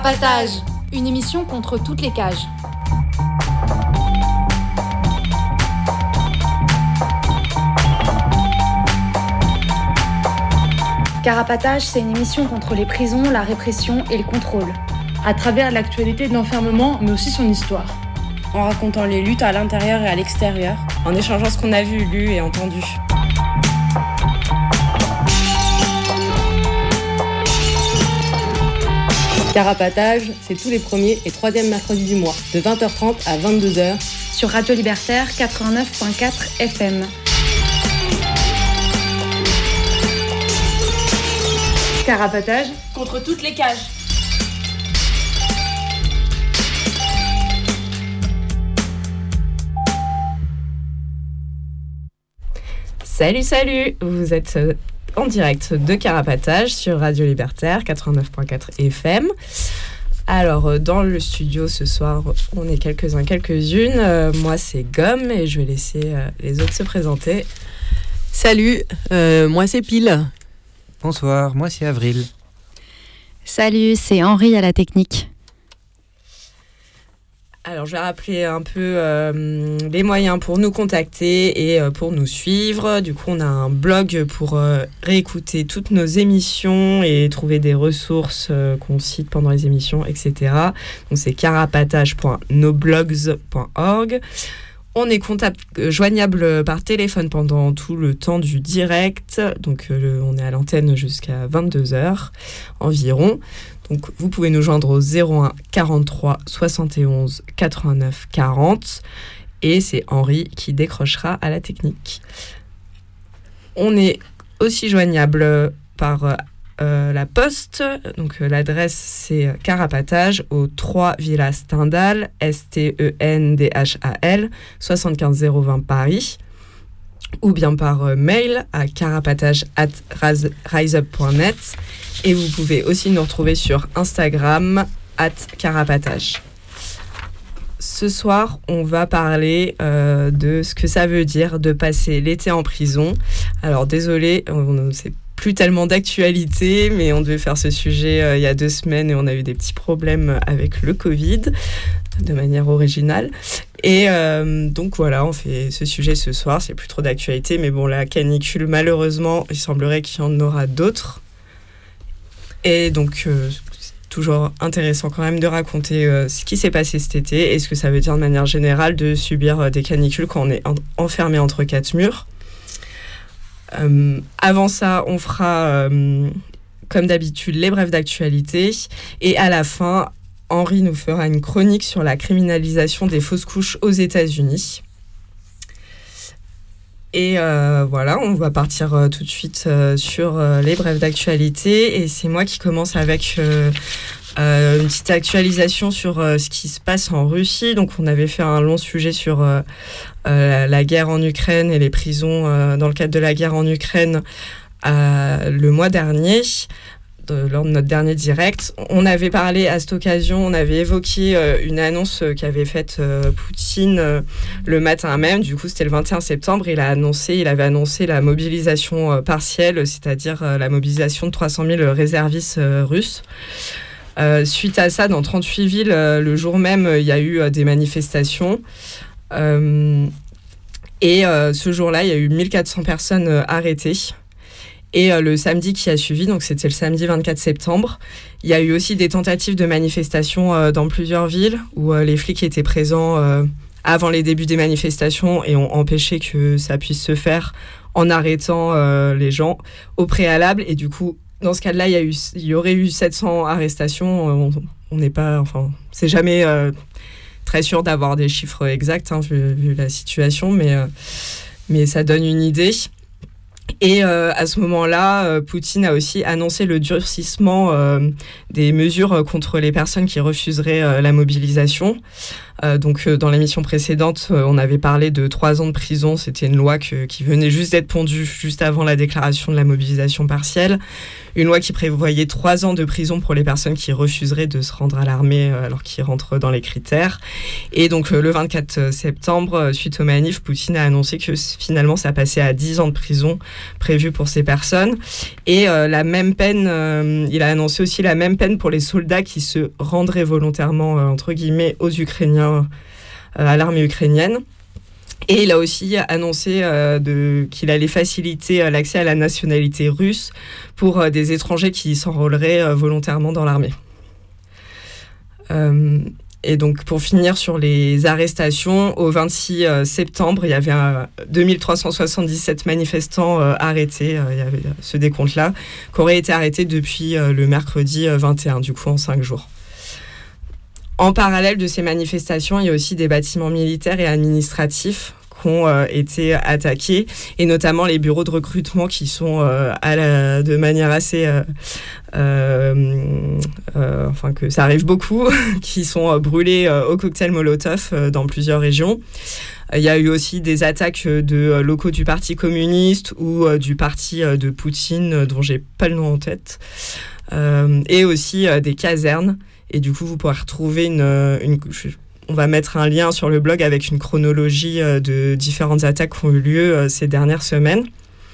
Carapatage, une émission contre toutes les cages. Carapatage, c'est une émission contre les prisons, la répression et le contrôle. À travers l'actualité de l'enfermement, mais aussi son histoire. En racontant les luttes à l'intérieur et à l'extérieur. En échangeant ce qu'on a vu, lu et entendu. Carapatage, c'est tous les premiers et troisièmes mercredis du mois, de 20h30 à 22h. Sur Radio Libertaire 89.4 FM. Carapatage contre toutes les cages. Salut, vous êtes en direct de Carapatage sur Radio Libertaire 89.4 FM. Alors, dans le studio ce soir, on est quelques-unes. Moi, c'est Gomme et je vais laisser les autres se présenter. Salut, moi c'est Pile. Bonsoir, moi c'est Avril. Salut, c'est Henri à la technique. Alors, je vais rappeler un peu les moyens pour nous contacter et pour nous suivre. Du coup, on a un blog pour réécouter toutes nos émissions et trouver des ressources qu'on cite pendant les émissions, etc. Donc, c'est carapatage.noblogs.org. On est joignable par téléphone pendant tout le temps du direct. Donc, on est à l'antenne jusqu'à 22h environ. Donc, vous pouvez nous joindre au 01 43 71 89 40 et c'est Henri qui décrochera à la technique. On est aussi joignable par la poste. Donc, l'adresse, c'est Carapatage au 3 Villa Stendhal, STENDHAL, 75 020 Paris. Ou bien par mail à carapatage@riseup.net. Et vous pouvez aussi nous retrouver sur Instagram @carapatage. Ce soir, on va parler de ce que ça veut dire de passer l'été en prison. Alors désolé, c'est plus tellement d'actualité, mais on devait faire ce sujet il y a 2 semaines et on a eu des petits problèmes avec le Covid, de manière originale. Et donc voilà, on fait ce sujet ce soir, c'est plus trop d'actualité, mais bon, la canicule, malheureusement, il semblerait qu'il y en aura d'autres. Et donc, c'est toujours intéressant quand même de raconter ce qui s'est passé cet été et ce que ça veut dire de manière générale de subir des canicules quand on est enfermé entre 4 murs. Avant ça, on fera, comme d'habitude, les brèves d'actualité. Et à la fin, Henri nous fera une chronique sur la criminalisation des fausses couches aux États-Unis. Et voilà, on va partir tout de suite sur les brèves d'actualité. Et c'est moi qui commence avec une petite actualisation sur ce qui se passe en Russie. Donc, on avait fait un long sujet sur la guerre en Ukraine et les prisons dans le cadre de la guerre en Ukraine le mois dernier. Lors de notre dernier direct, on avait parlé à cette occasion, on avait évoqué une annonce qu'avait faite Poutine le matin même. Du coup, c'était le 21 septembre. Il avait annoncé la mobilisation partielle, c'est-à-dire la mobilisation de 300 000 réservistes russes. Suite à ça, dans 38 villes, le jour même, il y a eu des manifestations. Et ce jour-là, il y a eu 1400 personnes arrêtées. Et le samedi qui a suivi, donc c'était le samedi 24 septembre, il y a eu aussi des tentatives de manifestations dans plusieurs villes où les flics étaient présents avant les débuts des manifestations et ont empêché que ça puisse se faire en arrêtant les gens au préalable. Et du coup, dans ce cas-là, il y aurait eu 700 arrestations. On n'est pas, enfin, c'est jamais très sûr d'avoir des chiffres exacts vu la situation, mais ça donne une idée. Et à ce moment-là, Poutine a aussi annoncé le durcissement des mesures contre les personnes qui refuseraient la mobilisation. Donc, dans l'émission précédente, on avait parlé de 3 ans de prison. C'était une loi qui venait juste d'être pondue juste avant la déclaration de la mobilisation partielle. Une loi qui prévoyait 3 ans de prison pour les personnes qui refuseraient de se rendre à l'armée alors qu'ils rentrent dans les critères. Et donc, le 24 septembre, suite aux manifs, Poutine a annoncé que finalement, ça passait à 10 ans de prison prévue pour ces personnes. Et la même peine, il a annoncé aussi la même peine pour les soldats qui se rendraient volontairement, entre guillemets, aux Ukrainiens, à l'armée ukrainienne. Et il a aussi annoncé qu'il allait faciliter l'accès à la nationalité russe pour des étrangers qui s'enrôleraient volontairement dans l'armée. Et donc, pour finir sur les arrestations, au 26 septembre, il y avait 2377 manifestants arrêtés. Il y avait ce décompte-là, qui auraient été arrêtés depuis le mercredi 21, du coup, en 5 jours. En parallèle de ces manifestations, il y a aussi des bâtiments militaires et administratifs qui ont été attaqués, et notamment les bureaux de recrutement qui sont de manière assez... que ça arrive beaucoup, qui sont brûlés au cocktail Molotov dans plusieurs régions. Il y a eu aussi des attaques de locaux du Parti communiste ou du parti de Poutine, dont j'ai pas le nom en tête, et aussi des casernes. Et du coup, vous pourrez retrouver on va mettre un lien sur le blog avec une chronologie de différentes attaques qui ont eu lieu ces dernières semaines.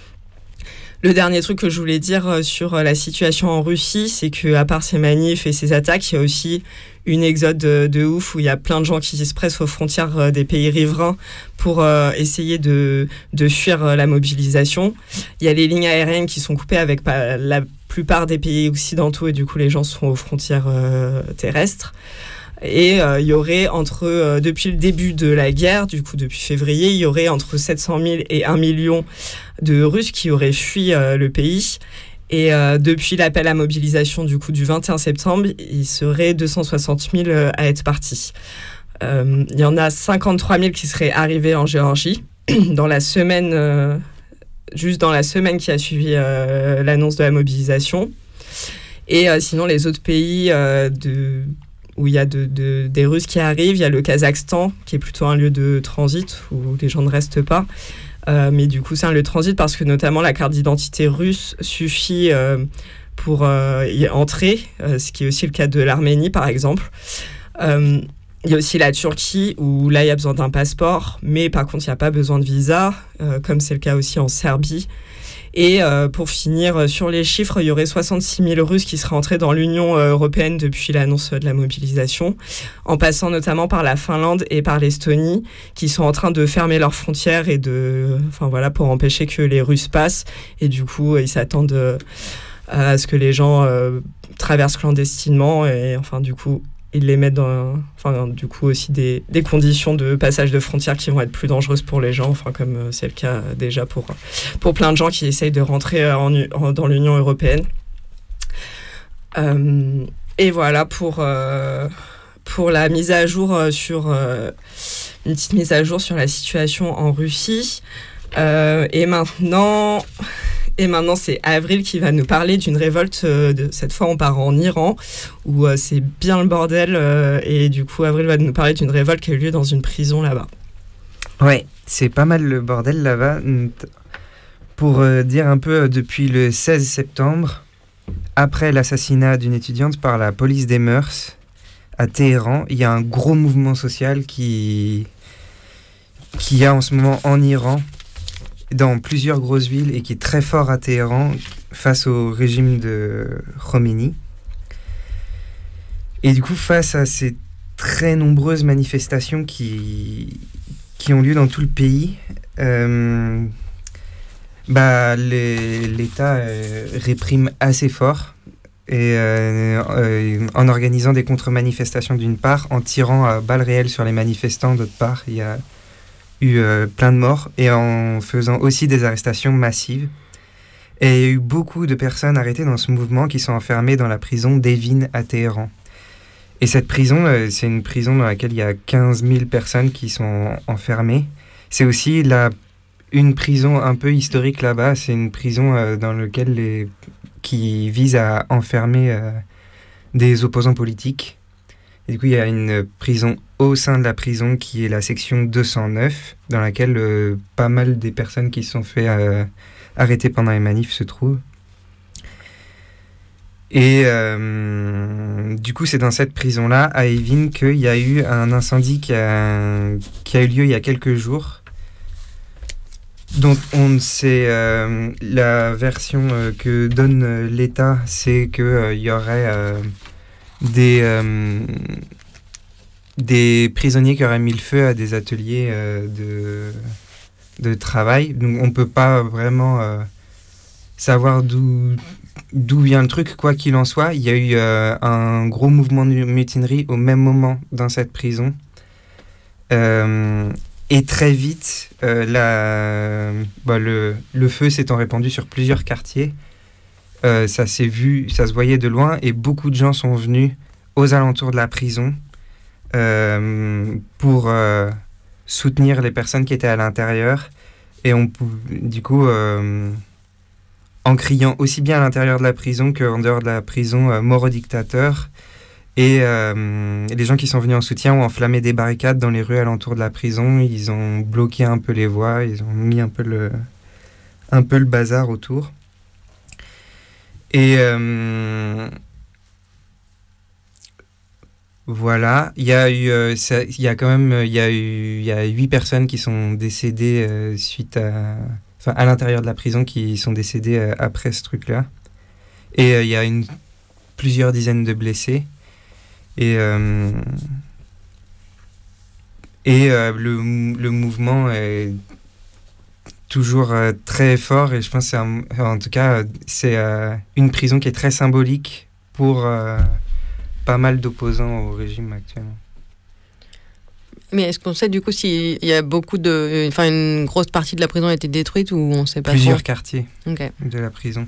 Le dernier truc que je voulais dire sur la situation en Russie, c'est qu'à part ces manifs et ces attaques, il y a aussi une exode de ouf où il y a plein de gens qui se pressent aux frontières des pays riverains pour essayer de fuir la mobilisation. Il y a les lignes aériennes qui sont coupées avec la plupart des pays occidentaux et du coup les gens sont aux frontières terrestres. Et il y aurait depuis le début de la guerre, du coup depuis février, il y aurait entre 700 000 et 1 million de Russes qui auraient fui le pays. Et depuis l'appel à mobilisation du coup du 21 septembre, il serait 260 000 à être partis. Il y en a 53 000 qui seraient arrivés en Géorgie dans la semaine, juste dans la semaine qui a suivi l'annonce de la mobilisation. Et sinon les autres pays où il y a des Russes qui arrivent, il y a le Kazakhstan qui est plutôt un lieu de transit où les gens ne restent pas. Mais du coup, c'est un lieu de transit parce que notamment la carte d'identité russe suffit pour y entrer, ce qui est aussi le cas de l'Arménie, par exemple. Il y a aussi la Turquie où là, il y a besoin d'un passeport, mais par contre, il n'y a pas besoin de visa, comme c'est le cas aussi en Serbie. Et pour finir, sur les chiffres, il y aurait 66 000 Russes qui seraient entrés dans l'Union européenne depuis l'annonce de la mobilisation, en passant notamment par la Finlande et par l'Estonie, qui sont en train de fermer leurs frontières pour empêcher que les Russes passent. Et du coup, ils s'attendent à ce que les gens traversent clandestinement et du coup, ils les mettent aussi des conditions de passage de frontières qui vont être plus dangereuses pour les gens, comme c'est le cas déjà pour plein de gens qui essayent de rentrer dans l'Union européenne. Et voilà pour la mise à jour une petite mise à jour sur la situation en Russie. Et maintenant, c'est Avril qui va nous parler d'une révolte. Cette fois, on part en Iran, où c'est bien le bordel. Et du coup, Avril va nous parler d'une révolte qui a eu lieu dans une prison là-bas. Ouais, c'est pas mal le bordel là-bas. Pour dire un peu, depuis le 16 septembre, après l'assassinat d'une étudiante par la police des mœurs à Téhéran, il y a un gros mouvement social qui a en ce moment en Iran, dans plusieurs grosses villes, et qui est très fort à Téhéran face au régime de Khomeini. Et du coup, face à ces très nombreuses manifestations qui ont lieu dans tout le pays, l'État réprime assez fort, et en organisant des contre-manifestations d'une part, en tirant à balles réelles sur les manifestants d'autre part. Il y a eu plein de morts, et en faisant aussi des arrestations massives. Et il y a eu beaucoup de personnes arrêtées dans ce mouvement qui sont enfermées dans la prison d'Evin à Téhéran. Et cette prison, c'est une prison dans laquelle il y a 15 000 personnes qui sont enfermées. C'est aussi une prison un peu historique là-bas. C'est une prison dans laquelle qui vise à enfermer des opposants politiques. Et du coup, il y a une prison au sein de la prison qui est la section 209, dans laquelle pas mal des personnes qui se sont fait arrêter pendant les manifs se trouvent. Et du coup, c'est dans cette prison-là, à Evin, qu'il y a eu un incendie qui a eu lieu il y a quelques jours. dont on sait la version que donne l'État, c'est qu'il y aurait des prisonniers qui auraient mis le feu à des ateliers de travail. Donc on ne peut pas vraiment savoir d'où vient le truc, quoi qu'il en soit. Il y a eu un gros mouvement de mutinerie au même moment dans cette prison. Et très vite, le feu s'étant répandu sur plusieurs quartiers, ça se voyait de loin, et beaucoup de gens sont venus aux alentours de la prison pour soutenir les personnes qui étaient à l'intérieur. Et du coup, en criant aussi bien à l'intérieur de la prison qu'en dehors de la prison, mort au dictateur. Et les gens qui sont venus en soutien ont enflammé des barricades dans les rues alentours de la prison. Ils ont bloqué un peu les voies, ils ont mis un peu le bazar autour. Et voilà, il y a 8 personnes qui sont décédées à l'intérieur de la prison, qui sont décédées après ce truc-là. Et il y a plusieurs dizaines de blessés. Et le mouvement est toujours très fort, et je pense que c'est une prison qui est très symbolique pour pas mal d'opposants au régime actuellement. Mais est-ce qu'on sait du coup s'il y a une grosse partie de la prison a été détruite, ou on ne sait pas? Plusieurs quartiers de la prison.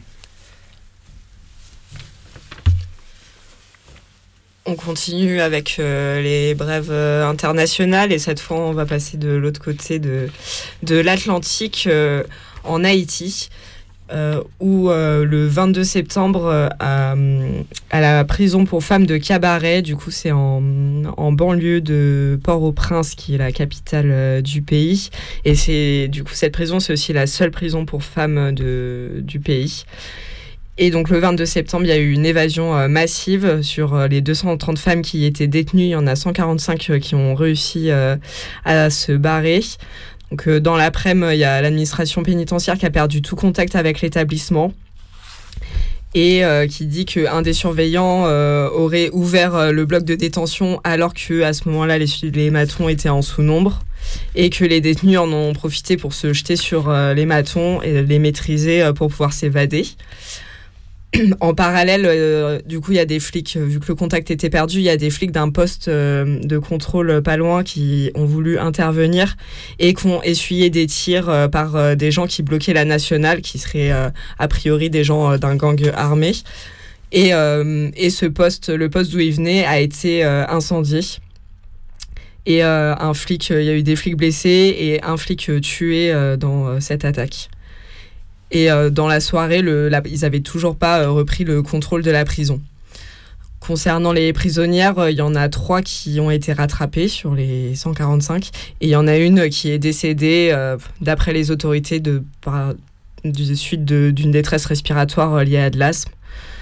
On continue avec les brèves internationales, et cette fois on va passer de l'autre côté de l'Atlantique, en Haïti, où le 22 septembre à la prison pour femmes de Cabaret, du coup c'est en banlieue de Port-au-Prince, qui est la capitale du pays, et cette prison c'est aussi la seule prison pour femmes du pays. Et donc le 22 septembre, il y a eu une évasion massive sur les 230 femmes qui étaient détenues. Il y en a 145 qui ont réussi à se barrer. Donc dans l'après-midi, il y a l'administration pénitentiaire qui a perdu tout contact avec l'établissement, et qui dit qu'un des surveillants aurait ouvert le bloc de détention alors qu'à ce moment-là, les matons étaient en sous-nombre, et que les détenus en ont profité pour se jeter sur les matons et les maîtriser pour pouvoir s'évader. En parallèle, du coup, il y a des flics, vu que le contact était perdu, il y a des flics d'un poste de contrôle pas loin qui ont voulu intervenir et qui ont essuyé des tirs par des gens qui bloquaient la nationale, qui seraient a priori des gens d'un gang armé. Et le poste d'où ils venaient a été incendié. Et il y a eu des flics blessés et un flic tué dans cette attaque. Et dans la soirée, ils n'avaient toujours pas repris le contrôle de la prison. Concernant les prisonnières, il y en a 3 qui ont été rattrapées sur les 145. Et il y en a une qui est décédée, d'après les autorités, suite d'une détresse respiratoire liée à de l'asthme.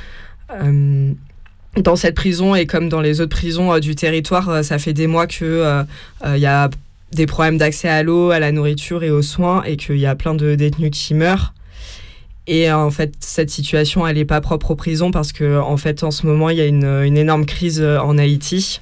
Dans cette prison, et comme dans les autres prisons du territoire, ça fait des mois qu'il y a des problèmes d'accès à l'eau, à la nourriture et aux soins, et qu'il y a plein de détenus qui meurent. Et en fait, cette situation, elle n'est pas propre aux prisons, parce que en fait, en ce moment, il y a une énorme crise en Haïti.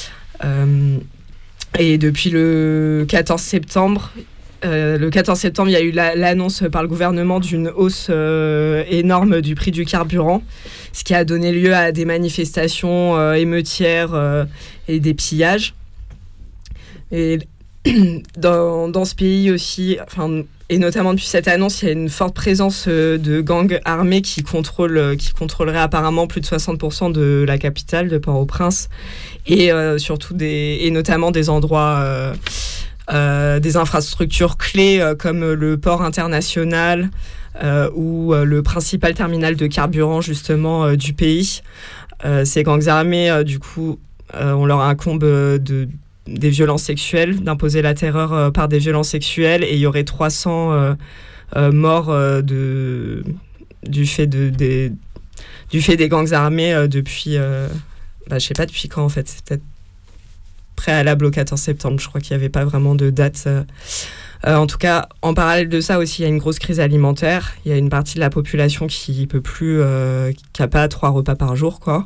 Et depuis le 14 septembre, il y a eu l'annonce par le gouvernement d'une hausse énorme du prix du carburant, ce qui a donné lieu à des manifestations émeutières et des pillages. Et dans ce pays aussi, et notamment depuis cette annonce, il y a une forte présence de gangs armés qui contrôleraient apparemment plus de 60% de la capitale, de Port-au-Prince, et surtout et notamment des endroits, des infrastructures clés comme le port international ou le principal terminal de carburant justement du pays. Ces gangs armés, du coup, on leur incombe des violences sexuelles, d'imposer la terreur par des violences sexuelles, et il y aurait 300 morts du fait des gangs armés depuis, je sais pas depuis quand en fait, c'est peut-être préalable au 14 septembre. Je crois qu'il n'y avait pas vraiment de date. En tout cas, en parallèle de ça aussi, il y a une grosse crise alimentaire. Il y a une partie de la population qui peut plus, qui n'a pas 3 repas par jour, quoi.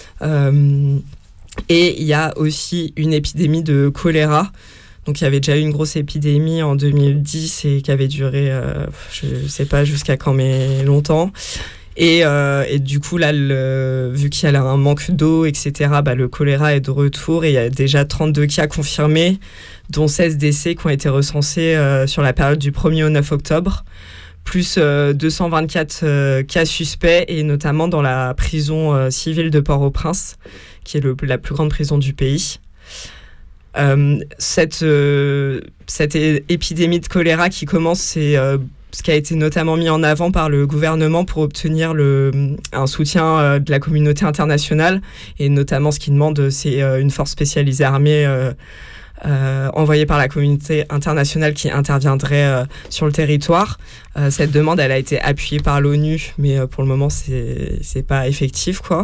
Et il y a aussi une épidémie de choléra. Donc il y avait déjà eu une grosse épidémie en 2010 et qui avait duré, je ne sais pas jusqu'à quand, mais longtemps. Et du coup, là, vu qu'il y a un manque d'eau, etc., le choléra est de retour et il y a déjà 32 cas confirmés, dont 16 décès qui ont été recensés sur la période du 1er au 9 octobre, plus 224 cas suspects, et notamment dans la prison civile de Port-au-Prince, qui est la plus grande prison du pays. Cette épidémie de choléra qui commence, c'est ce qui a été notamment mis en avant par le gouvernement pour obtenir un soutien de la communauté internationale, et notamment ce qu'il demande, c'est une force spécialisée armée envoyée par la communauté internationale qui interviendrait sur le territoire. Cette demande, elle a été appuyée par l'ONU, mais pour le moment, c'est pas effectif, quoi.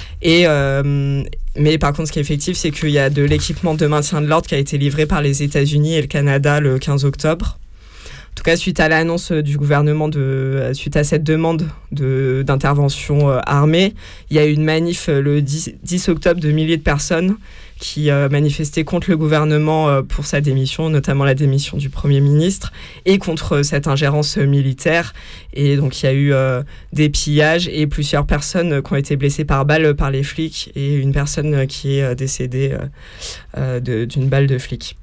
Mais par contre, ce qui est effectif, c'est qu'il y a de l'équipement de maintien de l'ordre qui a été livré par les États-Unis et le Canada le 15 octobre. En tout cas, suite à l'annonce du gouvernement, suite à cette demande d'intervention armée, il y a eu une manif le 10 octobre de milliers de personnes qui manifestaient contre le gouvernement pour sa démission, notamment la démission du Premier ministre, et contre cette ingérence militaire. Et donc, il y a eu des pillages et plusieurs personnes qui ont été blessées par balle par les flics, et une personne qui est décédée d'une balle de flic.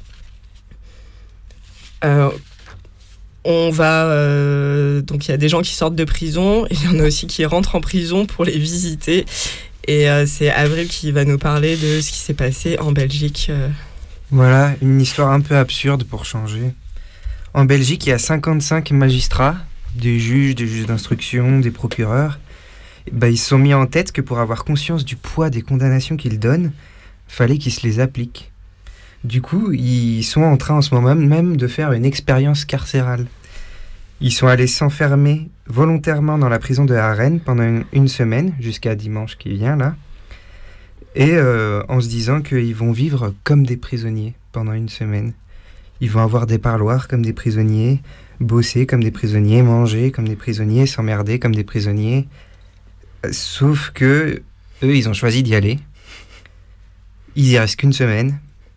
Donc il y a des gens qui sortent de prison, et il y en a aussi qui rentrent en prison pour les visiter. Et c'est Avril qui va nous parler de ce qui s'est passé en Belgique. Voilà, une histoire un peu absurde pour changer. En Belgique, il y a 55 magistrats, des juges d'instruction, des procureurs. Ils se sont mis en tête que pour avoir conscience du poids des condamnations qu'ils donnent, fallait qu'ils se les appliquent. Du coup, ils sont en train en ce moment même de faire une expérience carcérale. Ils sont allés s'enfermer volontairement dans la prison de Harren pendant une semaine, jusqu'à dimanche qui vient là, et en se disant qu'ils vont vivre comme des prisonniers pendant une semaine. Ils vont avoir des parloirs comme des prisonniers, bosser comme des prisonniers, manger comme des prisonniers, s'emmerder comme des prisonniers. Sauf que eux, ils ont choisi d'y aller. Ils y restent qu'une semaine.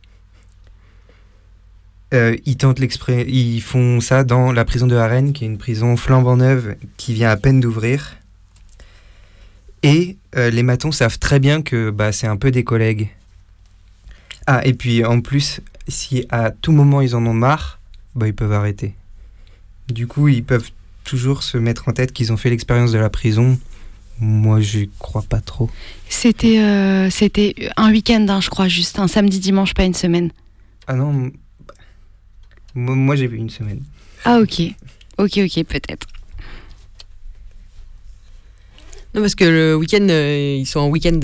Ils font ça dans la prison de Harren, qui est une prison flambant neuve qui vient à peine d'ouvrir. Et les matons savent très bien que c'est un peu des collègues. Ah, et puis en plus, si à tout moment ils en ont marre, ils peuvent arrêter. Du coup, ils peuvent toujours se mettre en tête qu'ils ont fait l'expérience de la prison. Moi, j'y crois pas trop. C'était un week-end, je crois, juste un samedi-dimanche, pas une semaine. Ah non... Moi, j'ai vu une semaine. Ah, ok, peut-être. Non, parce que le week-end, ils sont en week-end.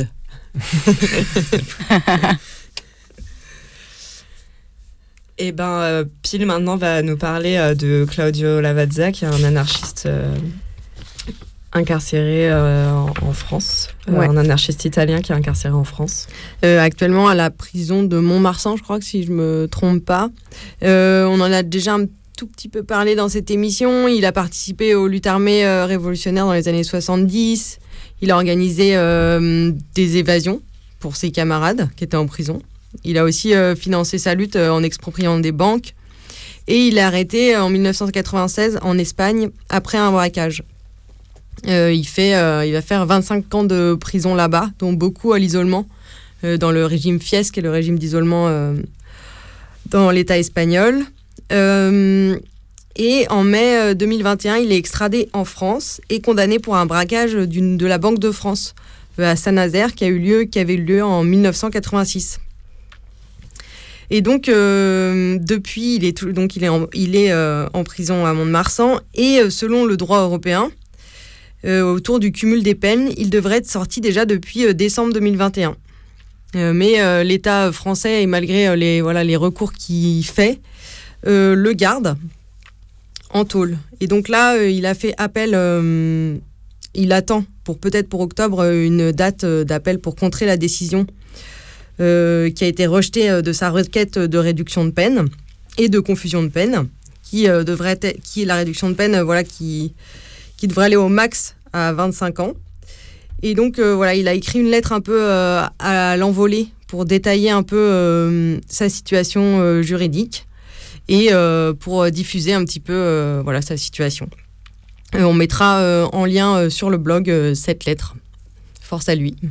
Et Pile maintenant va nous parler de Claudio Lavazza, qui est un anarchiste incarcéré en France. Ouais. Un anarchiste italien qui est incarcéré en France. Actuellement à la prison de Mont-Marsan, je crois, que si je me trompe pas. On en a déjà un tout petit peu parlé dans cette émission. Il a participé aux luttes armées révolutionnaires dans les années 70. Il a organisé des évasions pour ses camarades qui étaient en prison. Il a aussi financé sa lutte en expropriant des banques. Et il est arrêté en 1996 en Espagne après un braquage. Il va faire 25 ans de prison là-bas, dont beaucoup à l'isolement, dans le régime FIES, qui est le régime d'isolement dans l'État espagnol. Et en mai 2021, il est extradé en France et condamné pour un braquage de la Banque de France à Saint-Nazaire qui avait eu lieu en 1986. Et donc, depuis, il est en prison à Mont-de-Marsan, et selon le droit européen, autour du cumul des peines, il devrait être sorti déjà depuis décembre 2021. Mais l'État français, et malgré les recours qu'il fait, le garde en tôle. Et donc là, il a fait appel, il attend peut-être pour octobre une date d'appel pour contrer la décision qui a été rejeté de sa requête de réduction de peine et de confusion de peine, qui est la réduction de peine qui devrait aller au max à 25 ans. Et donc, il a écrit une lettre un peu à l'envolée pour détailler un peu sa situation juridique et pour diffuser un petit peu sa situation. On mettra en lien sur le blog cette lettre. Force à lui.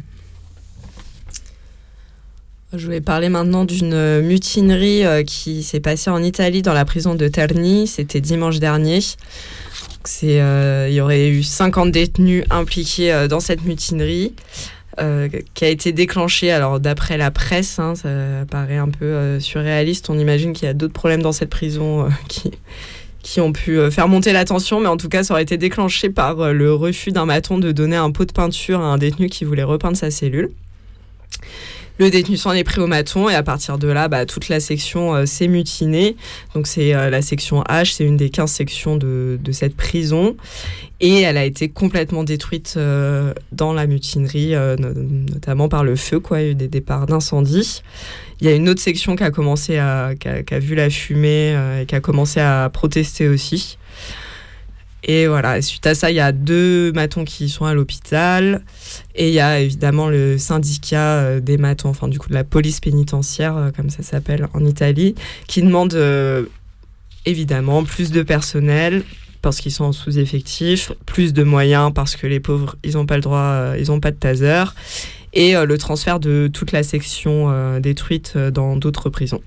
Je vais parler maintenant d'une mutinerie qui s'est passée en Italie dans la prison de Terni. C'était dimanche dernier. Il y aurait eu 50 détenus impliqués dans cette mutinerie qui a été déclenchée, alors d'après la presse, ça paraît un peu surréaliste. On imagine qu'il y a d'autres problèmes dans cette prison qui ont pu faire monter la tension, mais en tout cas, ça aurait été déclenché par le refus d'un maton de donner un pot de peinture à un détenu qui voulait repeindre sa cellule. Le détenu s'en est pris au maton et à partir de là, toute la section s'est mutinée. Donc c'est la section H, c'est une des 15 sections de cette prison. Et elle a été complètement détruite dans la mutinerie, notamment par le feu, Il y a eu des départs d'incendie. Il y a une autre section qui a vu la fumée et qui a commencé à protester aussi. Et voilà, suite à ça, il y a 2 matons qui sont à l'hôpital. Et il y a évidemment le syndicat des matons, de la police pénitentiaire, comme ça s'appelle en Italie, qui demande évidemment plus de personnel parce qu'ils sont en sous-effectif, plus de moyens parce que les pauvres, ils n'ont pas le droit, ils n'ont pas de taser, et le transfert de toute la section détruite dans d'autres prisons.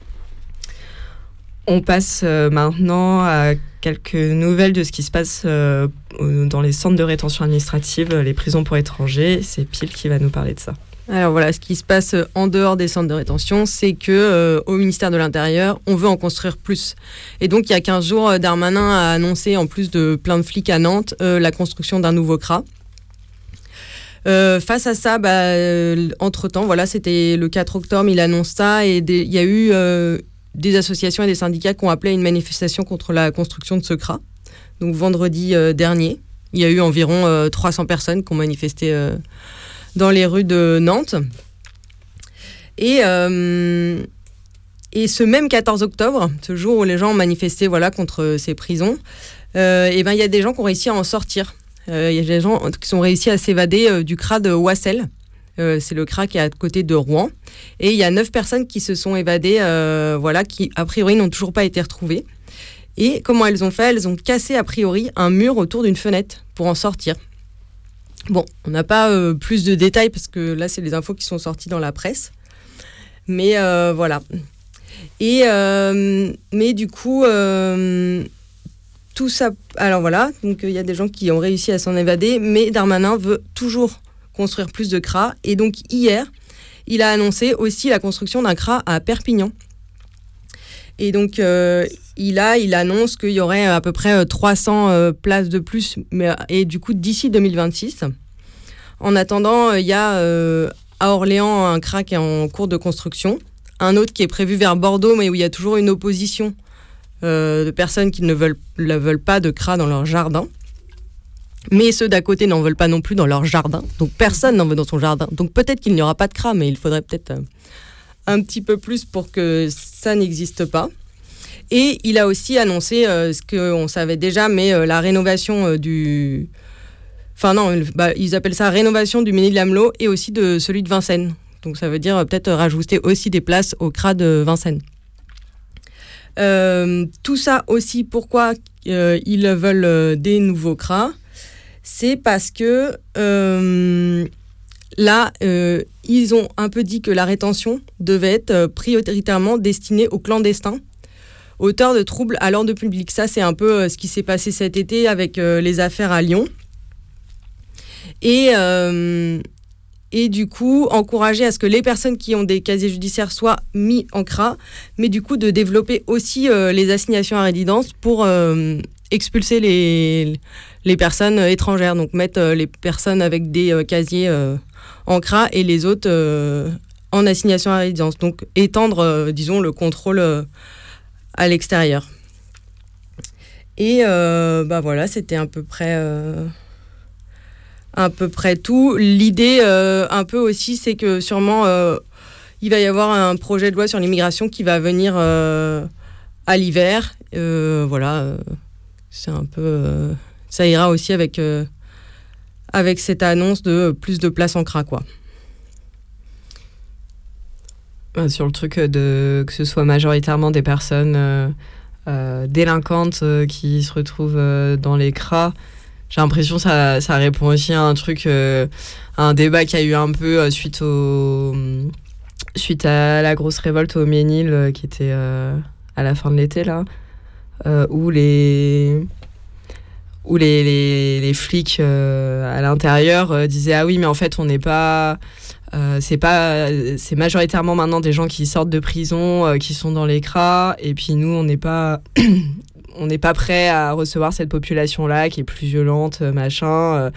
On passe maintenant à quelques nouvelles de ce qui se passe dans les centres de rétention administrative, les prisons pour étrangers. C'est Pile qui va nous parler de ça. Alors voilà, ce qui se passe en dehors des centres de rétention, c'est que au ministère de l'Intérieur, on veut en construire plus. Et donc il y a 15 jours, Darmanin a annoncé, en plus de plein de flics à Nantes, la construction d'un nouveau CRA. Face à ça, entre-temps, c'était le 4 octobre, il annonce ça, et il y a eu des associations et des syndicats qui ont appelé à une manifestation contre la construction de ce CRA. Donc vendredi dernier, il y a eu environ 300 personnes qui ont manifesté dans les rues de Nantes. Et ce même 14 octobre, ce jour où les gens ont manifesté contre ces prisons, il y a des gens qui ont réussi à en sortir. Il y a des gens qui ont réussi à s'évader du CRA de Oissel. C'est le CRA qui est à côté de Rouen. Et il y a 9 personnes qui se sont évadées, qui a priori n'ont toujours pas été retrouvées. Et comment elles ont fait ? Elles ont cassé a priori un mur autour d'une fenêtre pour en sortir. Bon, on n'a pas plus de détails parce que là, c'est les infos qui sont sorties dans la presse. Mais voilà. Et mais du coup, tout ça. Alors voilà, donc il y a des gens qui ont réussi à s'en évader, mais Darmanin veut toujours construire plus de CRA. Et donc hier, il a annoncé aussi la construction d'un CRA à Perpignan. Et donc il annonce qu'il y aurait à peu près 300 places de plus, et du coup d'ici 2026. En attendant, il y a à Orléans un CRA qui est en cours de construction, un autre qui est prévu vers Bordeaux, mais où il y a toujours une opposition de personnes qui ne veulent pas de CRA dans leur jardin. Mais ceux d'à côté n'en veulent pas non plus dans leur jardin. Donc personne n'en veut dans son jardin. Donc peut-être qu'il n'y aura pas de CRA, mais il faudrait peut-être un petit peu plus pour que ça n'existe pas. Et il a aussi annoncé ce qu'on savait déjà, mais la rénovation du... Enfin non, ils appellent ça rénovation du Ménil-Amelot et aussi de celui de Vincennes. Donc ça veut dire peut-être rajouter aussi des places au CRA de Vincennes. Tout ça aussi, pourquoi ils veulent des nouveaux CRA ? C'est parce que là, ils ont un peu dit que la rétention devait être prioritairement destinée aux clandestins, auteurs de troubles à l'ordre public. Ça, c'est un peu ce qui s'est passé cet été avec les affaires à Lyon. Et du coup, encourager à ce que les personnes qui ont des casiers judiciaires soient mis en CRA, mais du coup de développer aussi les assignations à résidence pour expulser les personnes étrangères. Donc mettre les personnes avec des casiers en CRA et les autres en assignation à résidence. Donc étendre, disons, le contrôle à l'extérieur. Et voilà, c'était à peu près tout. L'idée, un peu aussi, c'est que sûrement, il va y avoir un projet de loi sur l'immigration qui va venir à l'hiver. C'est un peu... ça ira aussi avec cette annonce de plus de places en CRA, quoi. Sur le truc que ce soit majoritairement des personnes délinquantes qui se retrouvent dans les CRA, j'ai l'impression que ça répond aussi à un truc, à un débat qu'il y a eu un peu suite à la grosse révolte au Ménil qui était à la fin de l'été, là, où les flics à l'intérieur disaient ah oui mais en fait on n'est pas c'est majoritairement maintenant des gens qui sortent de prison qui sont dans les CRA et puis nous on n'est pas prêt à recevoir cette population là qui est plus violente machin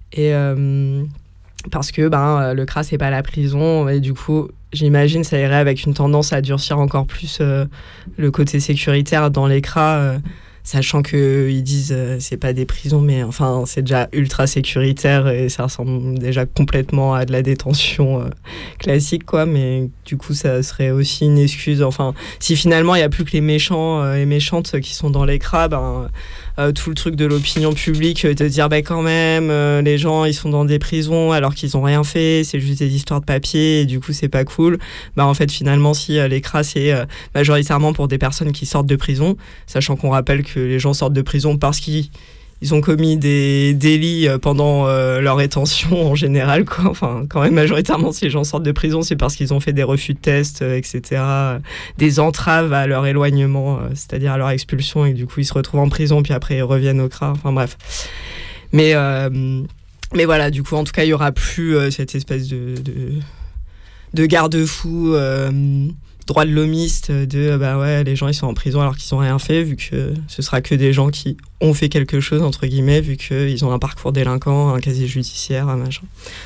parce que le CRA c'est pas la prison et du coup j'imagine ça irait avec une tendance à durcir encore plus le côté sécuritaire dans les CRA sachant qu'ils disent c'est pas des prisons mais enfin c'est déjà ultra sécuritaire et ça ressemble déjà complètement à de la détention classique quoi, mais du coup ça serait aussi une excuse, enfin si finalement il y a plus que les méchants et méchantes qui sont dans les CRA, tout le truc de l'opinion publique de dire quand même les gens ils sont dans des prisons alors qu'ils ont rien fait, c'est juste des histoires de papier et du coup c'est pas cool, en fait finalement si les CRA c'est majoritairement pour des personnes qui sortent de prison, sachant qu'on rappelle que les gens sortent de prison parce qu'ils ont commis des délits pendant leur rétention en général, quoi. Enfin, quand même, majoritairement, si les gens sortent de prison, c'est parce qu'ils ont fait des refus de test, etc., des entraves à leur éloignement, c'est-à-dire à leur expulsion, et du coup, ils se retrouvent en prison, puis après, ils reviennent au CRA. Enfin, bref. Mais voilà, du coup, en tout cas, il n'y aura plus cette espèce de garde-fou droit de l'homiste de les gens ils sont en prison alors qu'ils n'ont rien fait, vu que ce sera que des gens qui ont fait quelque chose entre guillemets, vu qu'ils ont un parcours délinquant, un casier judiciaire, un machin.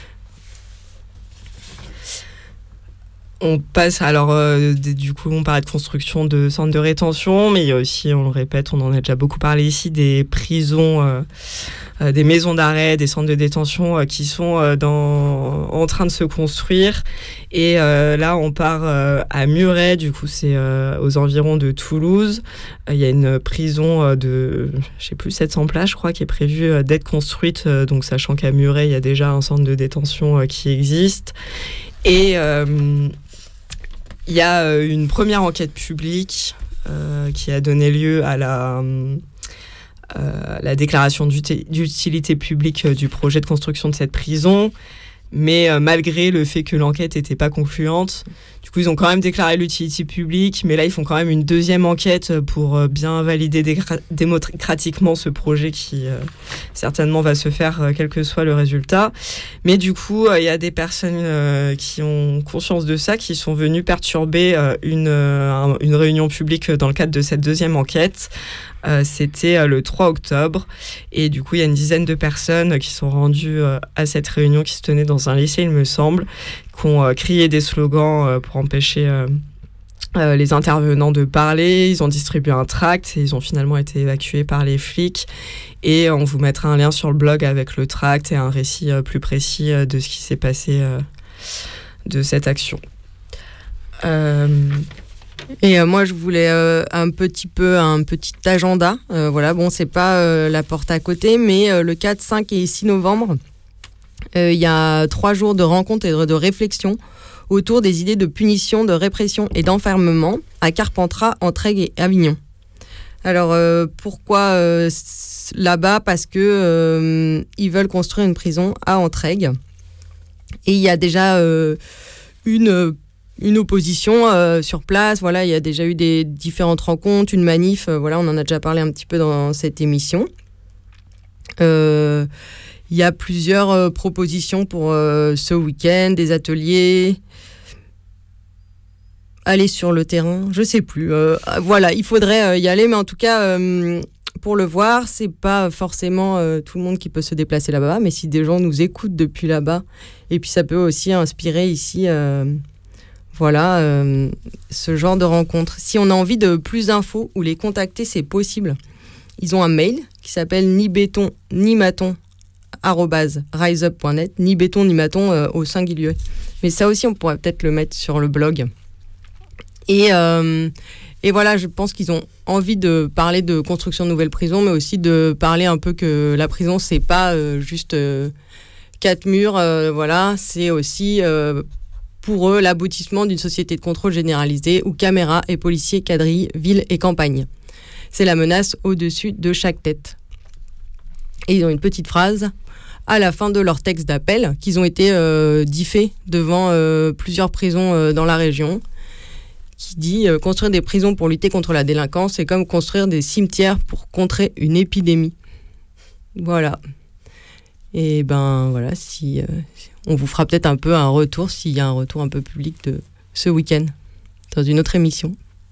On passe alors du coup on parlait de construction de centres de rétention, mais il y a aussi, on le répète, on en a déjà beaucoup parlé ici, des prisons, des maisons d'arrêt, des centres de détention qui sont en train de se construire. Et là on part à Muret, du coup c'est aux environs de Toulouse. Il y a une prison de, je sais plus, 700 places je crois, qui est prévue d'être construite, donc sachant qu'à Muret il y a déjà un centre de détention qui existe. Et il y a une première enquête publique qui a donné lieu à la déclaration d'utilité publique du projet de construction de cette prison, mais malgré le fait que l'enquête n'était pas concluante, du coup ils ont quand même déclaré l'utilité publique, mais là ils font quand même une deuxième enquête pour bien valider démocratiquement ce projet qui certainement va se faire quel que soit le résultat. Mais du coup il y a des personnes qui ont conscience de ça, qui sont venues perturber une réunion publique dans le cadre de cette deuxième enquête. C'était le 3 octobre et du coup il y a une dizaine de personnes qui sont rendues à cette réunion qui se tenait dans un lycée il me semble, qui ont crié des slogans pour empêcher les intervenants de parler. Ils ont distribué un tract et ils ont finalement été évacués par les flics, et on vous mettra un lien sur le blog avec le tract et un récit plus précis de ce qui s'est passé de cette action. Et moi, je voulais un petit agenda. C'est pas la porte à côté, mais le 4, 5 et 6 novembre, il y a 3 jours de rencontres et de réflexion autour des idées de punition, de répression et d'enfermement à Carpentras, Entraigues et Avignon. Alors, pourquoi là-bas ? Parce que ils veulent construire une prison à Entraigues. Et il y a déjà une opposition sur place. Voilà, il y a déjà eu des différentes rencontres, une manif. On en a déjà parlé un petit peu dans cette émission. Il y a plusieurs propositions pour ce week-end, des ateliers, aller sur le terrain, je sais plus. Il faudrait y aller, mais en tout cas, pour le voir, c'est pas forcément tout le monde qui peut se déplacer là-bas, mais si des gens nous écoutent depuis là-bas, et puis ça peut aussi inspirer ici, ce genre de rencontres. Si on a envie de plus d'infos ou les contacter, c'est possible. Ils ont un mail qui s'appelle ni béton ni maton @riseup.net, ni béton ni maton au singulier. Mais ça aussi, on pourrait peut-être le mettre sur le blog. Et voilà, je pense qu'ils ont envie de parler de construction de nouvelles prisons, mais aussi de parler un peu que la prison, c'est pas juste 4 murs, voilà, c'est aussi pour eux l'aboutissement d'une société de contrôle généralisée où caméras et policiers quadrillent ville et campagne. C'est la menace au-dessus de chaque tête. Et ils ont une petite phrase à la fin de leur texte d'appel qu'ils ont été diffés devant plusieurs prisons dans la région, qui dit construire des prisons pour lutter contre la délinquance, c'est comme construire des cimetières pour contrer une épidémie. Voilà. Et ben voilà, si on vous fera peut-être un peu un retour, s'il y a un retour un peu public de ce week-end, dans une autre émission.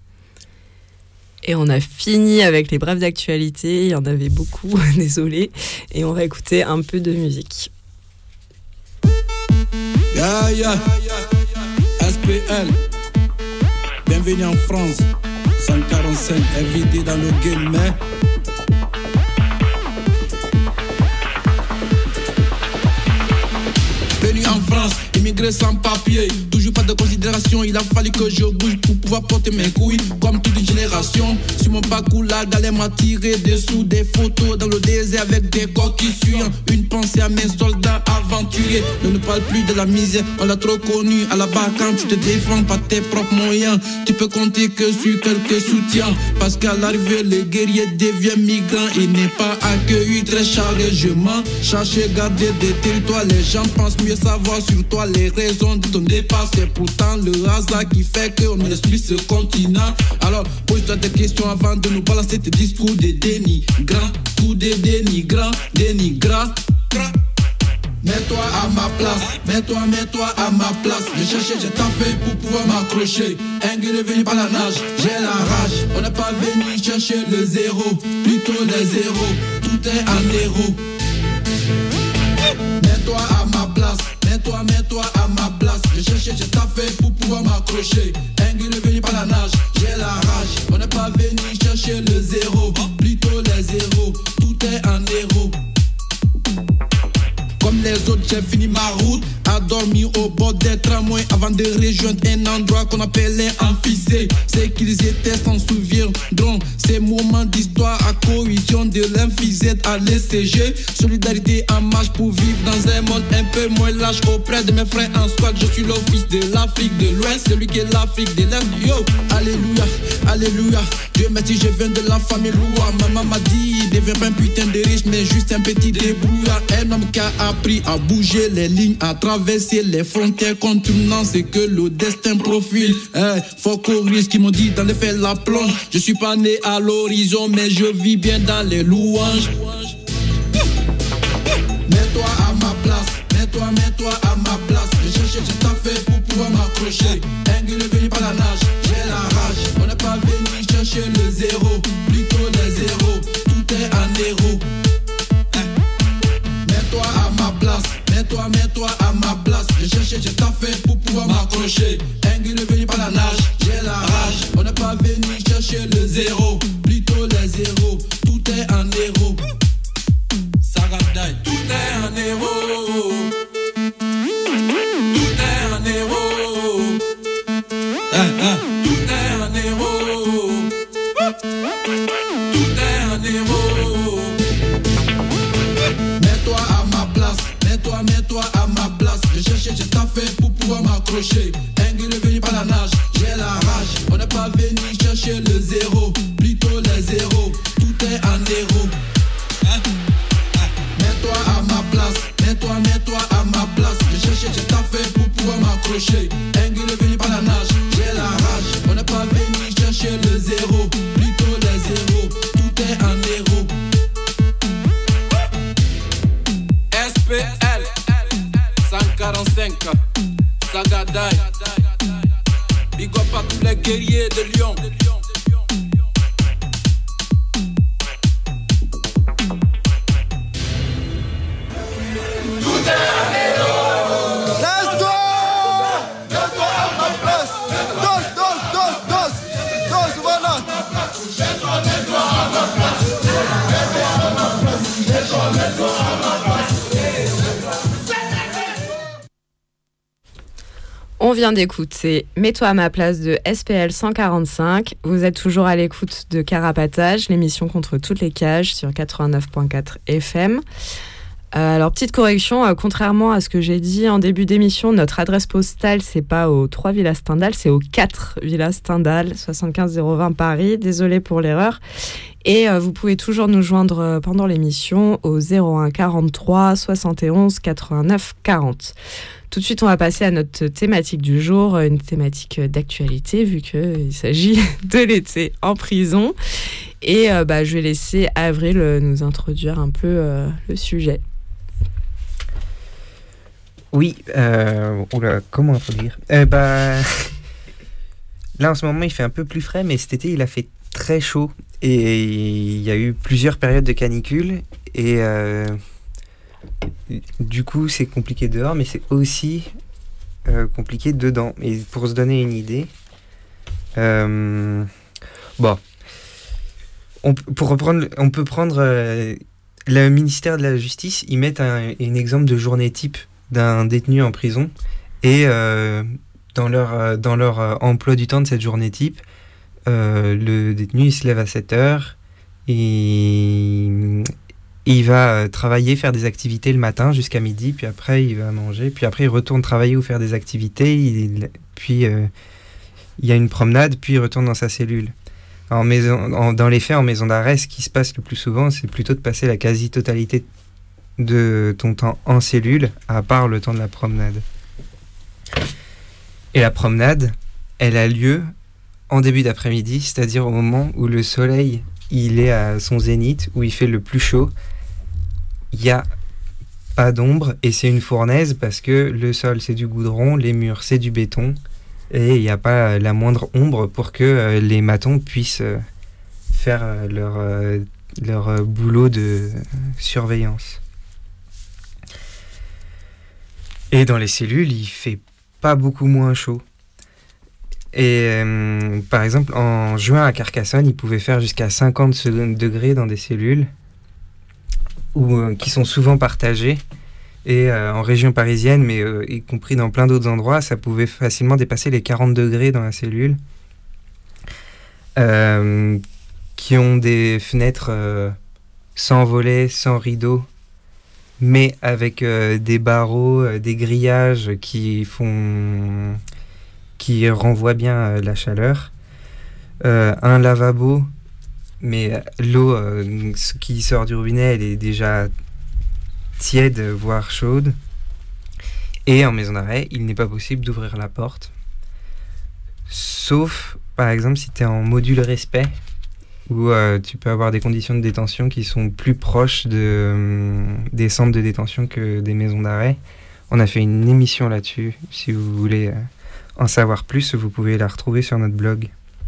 Et on a fini avec les brèves d'actualité, il y en avait beaucoup, désolé, et on va écouter un peu de musique. Yeah. SPL, bienvenue en France, 145 invités dans le game, mais... Venu en France, immigré sans papier, toujours pas de considération, il a fallu que je bouge pour pouvoir porter mes couilles, comme toute une génération. Sur mon parcours, la galère m'a tiré dessous des photos dans le désert avec des corps qui suivent. Une pensée à mes soldats aventuriers. Ne parle plus de la misère, on l'a trop connu. À la barre, quand tu te défends par tes propres moyens, tu peux compter que sur quelques soutiens. Parce qu'à l'arrivée, le guerrier devient migrant. Il n'est pas accueilli très chargement. Chercher, garder des territoires, les gens pensent mieux savoir sur toi les raisons de ton départ. C'est pourtant le hasard qui fait qu'on esprit ce continent. Alors pose-toi des questions avant de nous balancer tes discours de dénigrants. Coup de dénigrants, dénigrants. Mets-toi à ma place, mets-toi à ma place. J'ai cherché, j'ai tapé pour pouvoir m'accrocher. Un guerrier venu par la nage, j'ai la rage. On n'est pas venu chercher le zéro, plutôt les zéros. Tout est en héros. Mets-toi à ma place, mets-toi à ma place. J'ai cherché, j'ai taffé pour pouvoir m'accrocher. Un guerrier venu par la nage, j'ai la rage. On n'est pas venu chercher le zéro, plutôt les zéros. Tout est en héros. Comme les autres, j'ai fini ma route, à dormir au bord des tramways avant de rejoindre un endroit qu'on appelait Amphicée. C'est qu'ils étaient s'en souviendront. Ces moments d'histoire à cohésion de l'Infizet à l'ECG. Solidarité en marche pour vivre dans un monde un peu moins lâche auprès de mes frères en squad. Je suis le fils de l'Afrique de l'Ouest, celui qui est l'Afrique de l'Est. Yo, alléluia, alléluia. Dieu merci, je viens de la famille Loua. Maman m'a dit, deviens pas un putain de riche, mais juste un petit débrouillard. Un homme qui a appris à bouger les lignes, à traverser les frontières contournant ce que le destin profile. Faut courir, ce qu'ils m'ont dit dans les faits la plonge. Je suis pas né à l'horizon, mais je vis bien dans les louanges. Mets-toi à ma place, mets-toi à ma place. J'ai cherché, j'ai taffé pour pouvoir m'accrocher. Un gueule venu par la nage, j'ai la rage. On n'est pas venu chercher le zéro, plutôt les zéros. Tout est en héros. Mets-toi à ma place, mets-toi à ma place. J'ai cherché, j'ai taffé pour pouvoir m'accrocher. Un gueule venu par la nage, j'ai la rage. On n'est pas venu chercher le zéro, plutôt les zéros. Tout est en héros. Saradai, tout est en héros. Tout est en héros. Tout est en héros. Tout est en héros. Mets-toi à ma place, mets-toi à ma place. J'ai cherché, j'ai taffé pour pouvoir m'accrocher. Un gueule venu par la nage, j'ai la rage. On n'est pas venu chercher le zéro, plutôt les zéros. Tout est en héros. Mets-toi à ma place, mets-toi à ma place. J'ai cherché, j'ai taffé pour pouvoir m'accrocher. Un gueule venu par la nage, j'ai la rage. On n'est pas venu chercher le zéro, plutôt les zéros. Tout est en héros. SPL 145 Sagadai. Big up à tous les guerriers de Lyon. vient d'écouter Mets-toi à ma place de SPL 145. Vous êtes toujours à l'écoute de Carapatage, l'émission contre toutes les cages sur 89.4 FM. Alors, petite correction, contrairement à ce que j'ai dit en début d'émission, notre adresse postale, c'est pas aux 3 Villas Stendhal, c'est aux 4 Villas Stendhal, 75 020 Paris. Désolée pour l'erreur. Et vous pouvez toujours nous joindre pendant l'émission au 01 43 71 89 40. Tout de suite, on va passer à notre thématique du jour, une thématique d'actualité, vu qu'il s'agit de l'été en prison. Et je vais laisser Avril nous introduire un peu le sujet. Oui, comment introduire Là, en ce moment, il fait un peu plus frais, mais cet été, il a fait très chaud. Et il y a eu plusieurs périodes de canicule. Et du coup, c'est compliqué dehors, mais c'est aussi compliqué dedans. Et pour se donner une idée, on peut prendre le ministère de la Justice, ils mettent un exemple de journée type d'un détenu en prison, et dans leur emploi du temps de cette journée type, le détenu il se lève à 7h et il va travailler, faire des activités le matin jusqu'à midi, puis après il va manger, puis après il retourne travailler ou faire des activités, puis il y a une promenade, puis il retourne dans sa cellule. Dans les faits, en maison d'arrêt, ce qui se passe le plus souvent, c'est plutôt de passer la quasi-totalité de ton temps en cellule, à part le temps de la promenade. Et la promenade, elle a lieu en début d'après-midi, c'est-à-dire au moment où le soleil il est à son zénith, où il fait le plus chaud. Il n'y a pas d'ombre, et c'est une fournaise parce que le sol c'est du goudron, les murs c'est du béton, et il n'y a pas la moindre ombre pour que les matons puissent faire leur boulot de surveillance. Et dans les cellules, il fait pas beaucoup moins chaud. Et par exemple, en juin à Carcassonne, il pouvait faire jusqu'à 50 degrés dans des cellules qui sont souvent partagées. Et en région parisienne, mais y compris dans plein d'autres endroits, ça pouvait facilement dépasser les 40 degrés dans la cellule. Qui ont des fenêtres sans volets, sans rideaux, mais avec des barreaux, des grillages qui renvoient bien la chaleur. Un lavabo, mais l'eau qui sort du robinet, elle est déjà tiède, voire chaude. Et en maison d'arrêt, il n'est pas possible d'ouvrir la porte. Sauf, par exemple, si tu es en module respect, où tu peux avoir des conditions de détention qui sont plus proches des centres de détention que des maisons d'arrêt. On a fait une émission là-dessus. Si vous voulez en savoir plus, vous pouvez la retrouver sur notre blog.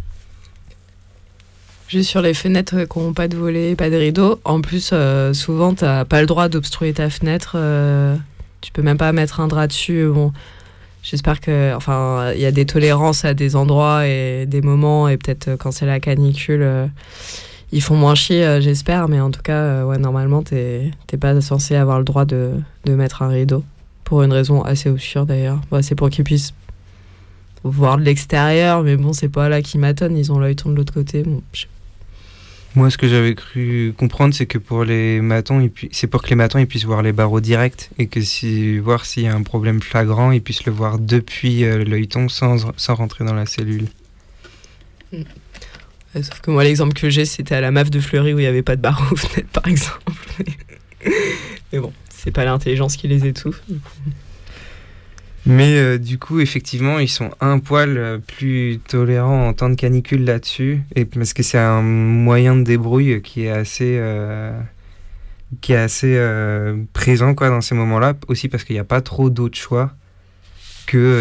Juste sur les fenêtres qui n'ont pas de volets, pas de rideaux. En plus, souvent, tu n'as pas le droit d'obstruer ta fenêtre. Tu peux même pas mettre un drap dessus. Bon, j'espère que... Enfin, il y a des tolérances à des endroits et des moments. Et peut-être quand c'est la canicule, ils font moins chier, j'espère. Mais en tout cas, normalement, t'es pas censé avoir le droit de mettre un rideau. Pour une raison assez obscure, d'ailleurs. C'est pour qu'ils puissent voir de l'extérieur. Mais bon, c'est pas là qu'ils m'attendent. Ils ont l'œil tourné de l'autre côté. Bon, Moi, ce que j'avais cru comprendre, c'est que pour les matons, c'est pour que les matons ils puissent voir les barreaux directs et que voir s'il y a un problème flagrant, ils puissent le voir depuis l'œilleton sans rentrer dans la cellule. Sauf que moi, l'exemple que j'ai, c'était à la MAF de Fleury où il n'y avait pas de barreaux aux fenêtres, par exemple. Mais bon, c'est pas l'intelligence qui les étouffe. Mais du coup, effectivement, ils sont un poil plus tolérants en temps de canicule là-dessus, et parce que c'est un moyen de débrouille qui est assez présent quoi, dans ces moments-là, aussi parce qu'il n'y a pas trop d'autres choix que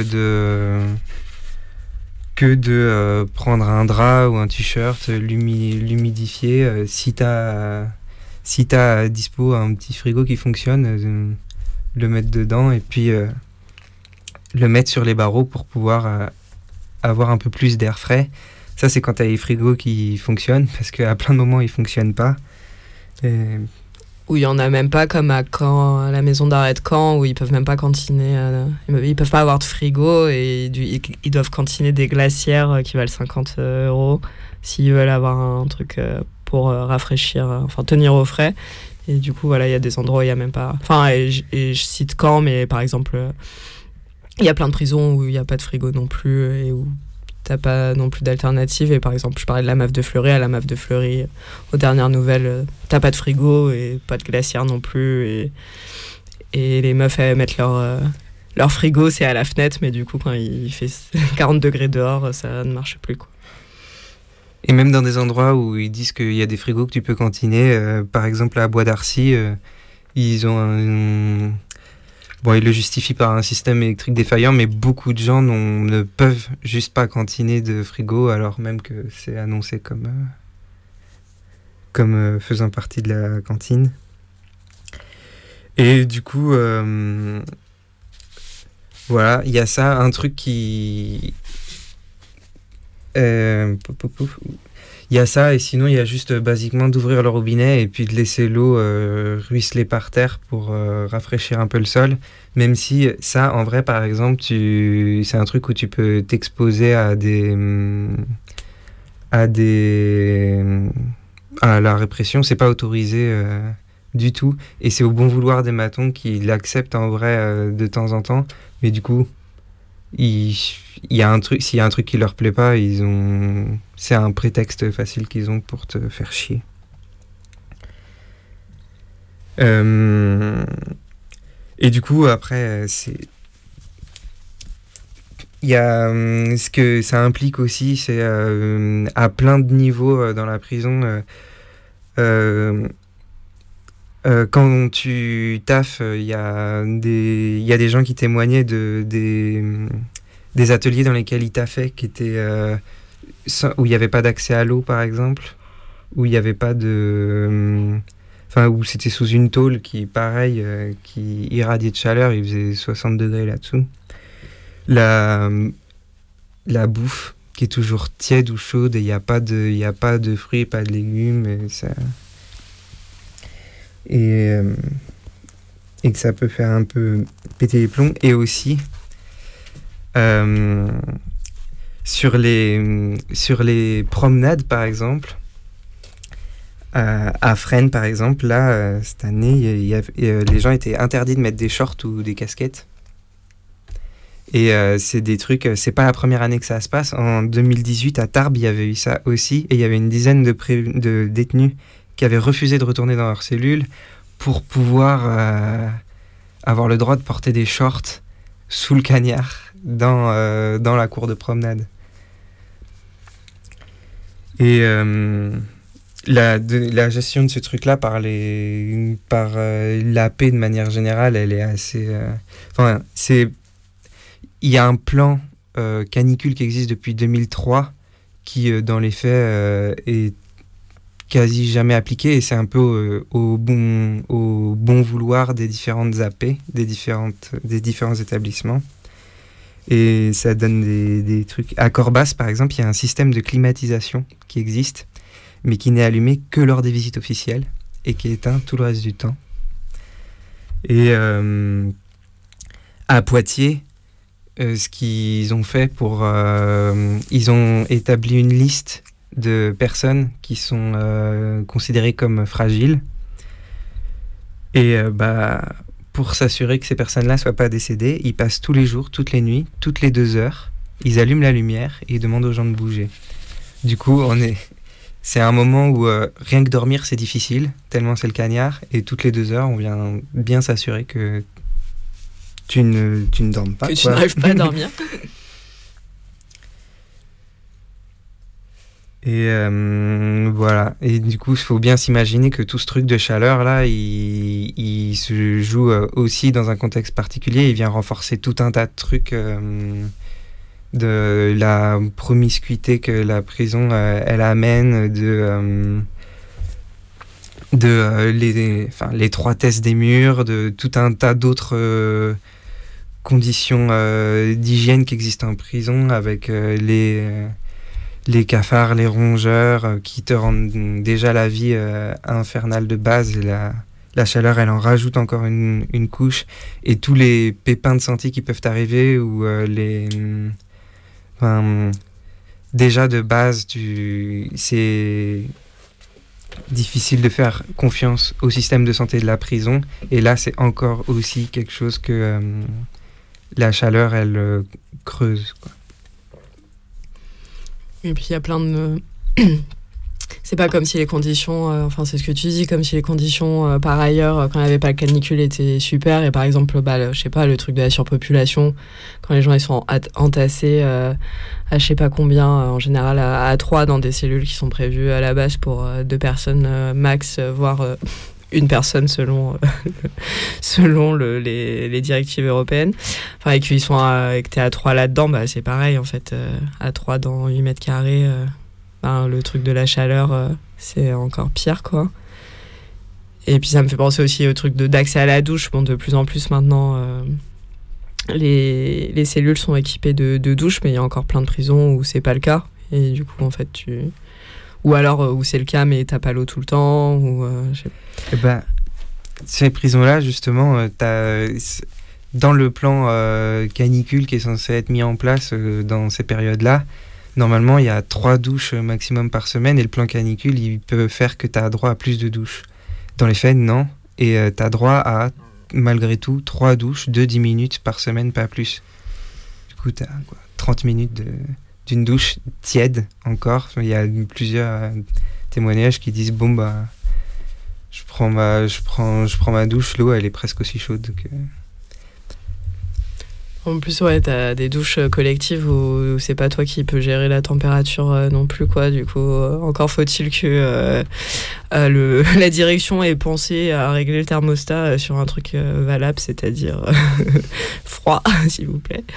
de prendre un drap ou un t-shirt, l'humidifier. Si t'as à dispo un petit frigo qui fonctionne, le mettre dedans et puis... le mettre sur les barreaux pour pouvoir avoir un peu plus d'air frais. Ça, c'est quand tu as les frigos qui fonctionnent, parce qu'à plein de moments, ils ne fonctionnent pas. où il y en a même pas, comme à Caen, à la maison d'arrêt de Caen, où ils peuvent même pas cantiner, ils peuvent pas avoir de frigo, et ils doivent cantiner des glacières qui valent 50 € s'ils veulent avoir un truc pour rafraîchir, enfin tenir au frais. Et du coup, voilà, il y a des endroits où il y a même pas. Enfin, et je cite Caen, mais par exemple, il y a plein de prisons où il n'y a pas de frigo non plus, et où t'as pas non plus d'alternative. Et par exemple, je parlais de la MAF de Fleury. À la MAF de Fleury, aux dernières nouvelles, t'as pas de frigo et pas de glacière non plus. Et les meufs, elles mettent leur frigo, c'est à la fenêtre, mais du coup, quand il fait 40 degrés dehors, ça ne marche plus, quoi. Et même dans des endroits où ils disent qu'il y a des frigos que tu peux cantiner, par exemple à Bois d'Arcy, ils ont Bon, ils le justifient par un système électrique défaillant, mais beaucoup de gens ne peuvent juste pas cantiner de frigo, alors même que c'est annoncé comme faisant partie de la cantine. Et du coup, voilà, il y a ça, un truc qui... Il y a ça, et sinon il y a juste basiquement d'ouvrir le robinet et puis de laisser l'eau ruisseler par terre pour rafraîchir un peu le sol. Même si ça, en vrai, par exemple, c'est un truc où tu peux t'exposer à la répression. C'est pas autorisé du tout, et c'est au bon vouloir des matons qui l'acceptent en vrai de temps en temps. Mais du coup, il y a un truc, s'il y a un truc qui leur plaît pas, c'est un prétexte facile qu'ils ont pour te faire chier. Et du coup, après, il y a ce que ça implique aussi, c'est à plein de niveaux dans la prison. Quand tu taffes, il y a des gens qui témoignaient des ateliers dans lesquels ils taffaient, qui étaient où il n'y avait pas d'accès à l'eau, par exemple, où il n'y avait pas où c'était sous une tôle qui, pareil, qui irradiait de chaleur, il faisait 60 degrés là-dessous. La bouffe qui est toujours tiède ou chaude, et il n'y a pas de fruits, pas de légumes, et que ça peut faire un peu péter les plombs. Et aussi sur les promenades, par exemple, à Fresnes, par exemple, là, cette année, les gens étaient interdits de mettre des shorts ou des casquettes. Et c'est des trucs, c'est pas la première année que ça se passe. En 2018, à Tarbes, il y avait eu ça aussi, et il y avait une dizaine de détenus qui avaient refusé de retourner dans leur cellule pour pouvoir avoir le droit de porter des shorts sous le cagnard dans la cour de promenade. Et la gestion de ce truc-là par l'AP de manière générale, elle est assez... il y a un plan canicule qui existe depuis 2003 qui, dans les faits, est quasi jamais appliqué, et c'est un peu au bon vouloir des différentes AP, des différents établissements. Et ça donne des trucs. À Corbas, par exemple, il y a un système de climatisation qui existe, mais qui n'est allumé que lors des visites officielles et qui est éteint tout le reste du temps. Et à Poitiers, ce qu'ils ont fait ils ont établi une liste de personnes qui sont considérées comme fragiles. Et pour s'assurer que ces personnes-là ne soient pas décédées, ils passent tous les jours, toutes les nuits, toutes les 2 heures, ils allument la lumière et ils demandent aux gens de bouger. Du coup, c'est un moment où rien que dormir, c'est difficile, tellement c'est le cagnard, et toutes les 2 heures, on vient bien s'assurer que tu ne dormes pas. Que tu n'arrives pas à dormir. Et voilà. Et du coup, il faut bien s'imaginer que tout ce truc de chaleur là, il se joue aussi dans un contexte particulier. Il vient renforcer tout un tas de trucs de la promiscuité que la prison elle amène, l'étroitesse des murs, de tout un tas d'autres conditions d'hygiène qui existent en prison, avec les cafards, les rongeurs qui te rendent déjà la vie infernale de base, et la chaleur, elle en rajoute encore une couche. Et tous les pépins de santé qui peuvent arriver, ou déjà de base, c'est difficile de faire confiance au système de santé de la prison. Et là, c'est encore aussi quelque chose que la chaleur, elle creuse, quoi. Et puis il y a plein de... C'est pas comme si les conditions, c'est ce que tu dis, comme si les conditions par ailleurs, quand il n'y avait pas le canicule, étaient super. Et par exemple, je sais pas, le truc de la surpopulation, quand les gens ils sont entassés à je sais pas combien, en général à 3 dans des cellules qui sont prévues à la base pour 2 personnes max, voire une personne selon les directives européennes. Enfin, et qu'ils sont et que t'es à 3 là-dedans, bah c'est pareil en fait, à 3 dans 8 mètres carrés. Le truc de la chaleur, c'est encore pire, quoi. Et puis ça me fait penser aussi au truc d'accès à la douche. Bon, de plus en plus maintenant, les cellules sont équipées de douches, mais il y a encore plein de prisons où c'est pas le cas. Et du coup, en fait, ou alors où c'est le cas, mais t'as pas l'eau tout le temps. Ou, ces prisons-là, justement, dans le plan canicule qui est censé être mis en place dans ces périodes-là, normalement, il y a 3 douches maximum par semaine, et le plan canicule, il peut faire que tu as droit à plus de douches. Dans les faits, non. Et tu as droit à, malgré tout, 3 douches de 10 minutes par semaine, pas plus. Du coup, tu as 30 minutes d'une douche tiède encore. Il y a plusieurs témoignages qui disent, bon, bah, je prends ma douche, l'eau, elle est presque aussi chaude. Donc, En plus, ouais, t'as des douches collectives où c'est pas toi qui peux gérer la température non plus, quoi. Du coup, encore faut-il que la direction ait pensé à régler le thermostat sur un truc valable, c'est-à-dire froid, s'il vous plaît.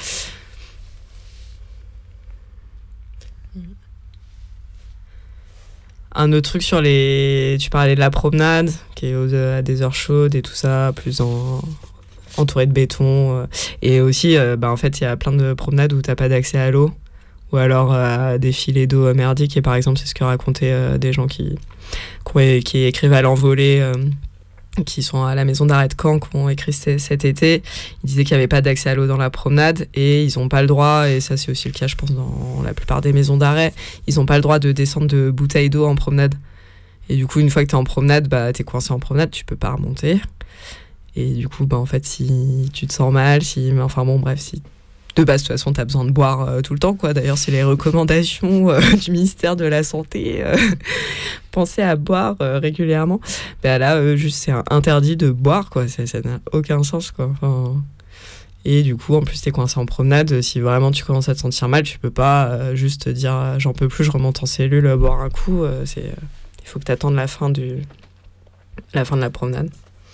Un autre truc sur tu parlais de la promenade, qui est à des heures chaudes et tout ça, plus entouré de béton, et aussi en fait il y a plein de promenades où t'as pas d'accès à l'eau, ou alors des filets d'eau merdiques. Et par exemple, c'est ce que racontaient des gens qui écrivent à l'envolée, qui sont à la maison d'arrêt de Caen, qui ont écrit cet été. Ils disaient qu'il n'y avait pas d'accès à l'eau dans la promenade, et ils n'ont pas le droit, et ça c'est aussi le cas je pense dans la plupart des maisons d'arrêt, ils n'ont pas le droit de descendre de bouteilles d'eau en promenade. Et du coup, une fois que t'es en promenade, t'es coincé en promenade, tu peux pas remonter. Et du coup, en fait, si tu te sens mal, si de base, de toute façon, tu as besoin de boire tout le temps, quoi. D'ailleurs, c'est les recommandations du ministère de la Santé. Pensez à boire régulièrement. Là, juste, c'est interdit de boire, quoi. Ça n'a aucun sens, quoi. Et du coup, en plus, t'es coincé en promenade. Si vraiment tu commences à te sentir mal, tu peux pas juste dire j'en peux plus, je remonte en cellule, boire un coup. Il faut que tu attendes la fin de la promenade.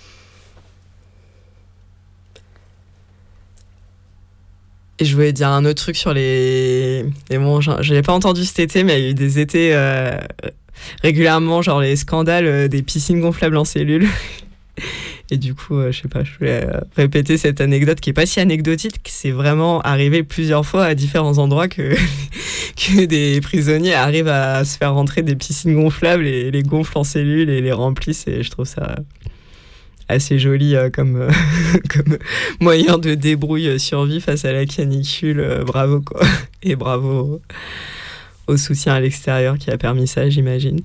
Et je voulais dire un autre truc sur les... Et bon, je l'ai pas entendu cet été, mais il y a eu des étés régulièrement, genre les scandales des piscines gonflables en cellule. Et du coup, je sais pas, je voulais répéter cette anecdote qui est pas si anecdotique, que c'est vraiment arrivé plusieurs fois à différents endroits que des prisonniers arrivent à se faire rentrer des piscines gonflables et les gonflent en cellule et les remplissent. Et je trouve ça assez joli comme moyen de débrouille survie face à la canicule. Bravo, quoi. Et bravo au soutien à l'extérieur qui a permis ça, j'imagine.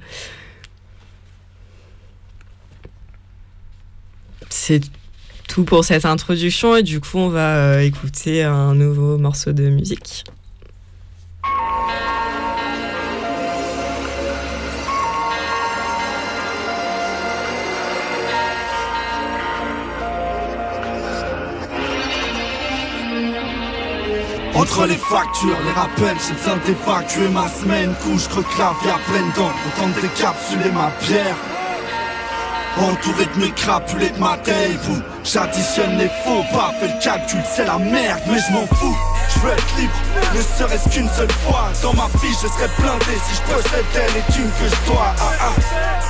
C'est tout pour cette introduction, et du coup on va écouter un nouveau morceau de musique. Entre les factures, les rappels, j'ai besoin d'évacuer ma semaine. Couche, clavier à pleine dents, autant décapsuler ma bière. Entouré de mes crapulés de ma tape, j'additionne les faux pas, fais le calcul, c'est la merde, mais je m'en fous. Je veux être libre, ne serait-ce qu'une seule fois. Dans ma vie, je serais blindé si je possédais les thunes que je dois. Je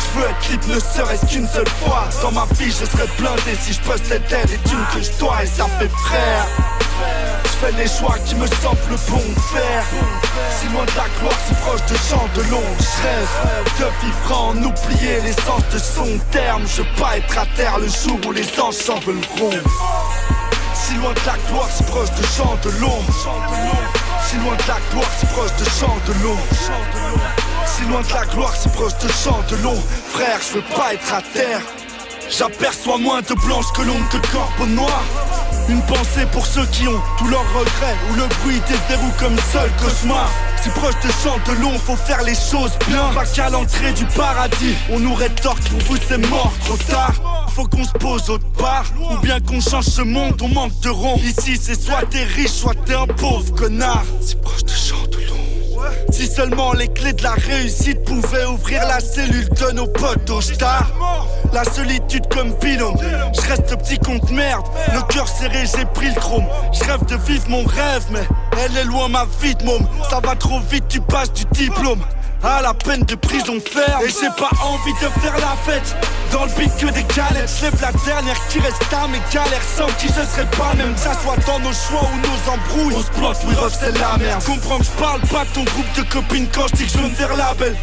Je veux être libre ne serait-ce qu'une seule fois. Dans ma vie je serais blindé si je possèdais les thunes que je dois. Et ça fait frère. Je fais les choix qui me semblent le bon faire. Si loin de la gloire, si proche de champs de l'ombre. Je rêve de vivre en oublier l'essence de son terme. Je veux pas être à terre le jour où les anges s'en veulent. Si loin de la gloire, si proche de champs de l'ombre. Si loin de la gloire, si proche de champs de l'ombre. Si loin de la gloire, si proche de champs de l'ombre. Frère, je veux pas être à terre. J'aperçois moins de blanches que l'ombre de corps noir. Une pensée pour ceux qui ont tous leurs regrets, où le bruit déverrouille comme seul cauchemar. Si proche de champs de l'ombre, faut faire les choses bien. Pas qu'à l'entrée du paradis, on nous rétorque pour vous c'est mort trop tard. Faut qu'on se pose autre part, ou bien qu'on change ce monde, on manque de rond. Ici c'est soit t'es riche, soit t'es un pauvre connard. Si proche de champs de l'ombre. Si seulement les clés de la réussite pouvaient ouvrir la cellule de nos potes au star. La solitude comme binôme, je reste petit compte merde. Le cœur serré, j'ai pris le chrome. Je rêve de vivre mon rêve, mais elle est loin ma vie de môme. Ça va trop vite, tu passes du diplôme à la peine de prison ferme. Et j'ai pas envie de faire la fête dans le beat que des galettes. Je lève la dernière qui reste à mes galères. Sans qui je serais pas même, que ça soit dans nos choix ou nos embrouilles. On se plante, oui ref c'est la merde. Comprends que je parle pas de ton groupe de copines quand je dis que je veux me faire la belle.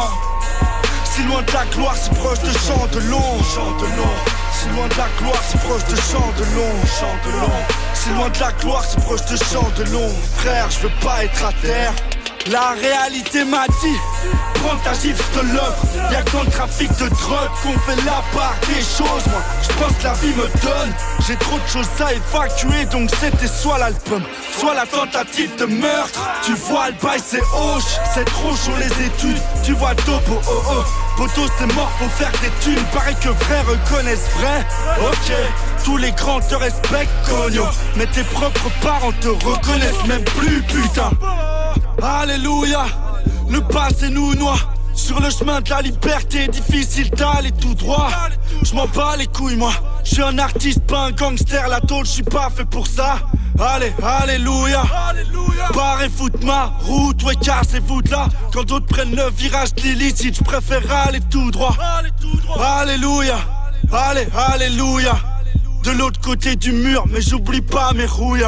Si loin de la gloire, si proche de champs de l'ombre. Si loin de la gloire, si proche de champs de l'ombre. Si loin de la gloire, si proche de champs de l'ombre. Frère, je veux pas être à terre. La réalité m'a dit, prends ta gifle, je te l'offre. Y'a qu'en le trafic de drogue qu'on fait la part des choses. Moi, je pense que la vie me donne. J'ai trop de choses à évacuer, donc c'était soit l'album, soit la tentative de meurtre. Tu vois, le bail c'est hoche, c'est trop chaud les études. Tu vois Topo, oh oh, poteau c'est mort, faut faire des thunes. Pareil que vrai reconnaissent vrai. Ok, tous les grands te respectent, cognon. Mais tes propres parents te reconnaissent même plus, putain. Alléluia, le passé nous noie. Sur le chemin de la liberté, difficile d'aller tout droit. Je m'en bats les couilles moi. Je suis un artiste, pas un gangster. La tôle, je suis pas fait pour ça. Allez, alléluia. Barrez fout ma route, ouais cassez-vous de là. Quand d'autres prennent le virage de l'illicite, je préfère aller tout droit. Alléluia, allez, alléluia. De l'autre côté du mur, mais j'oublie pas mes rouillas.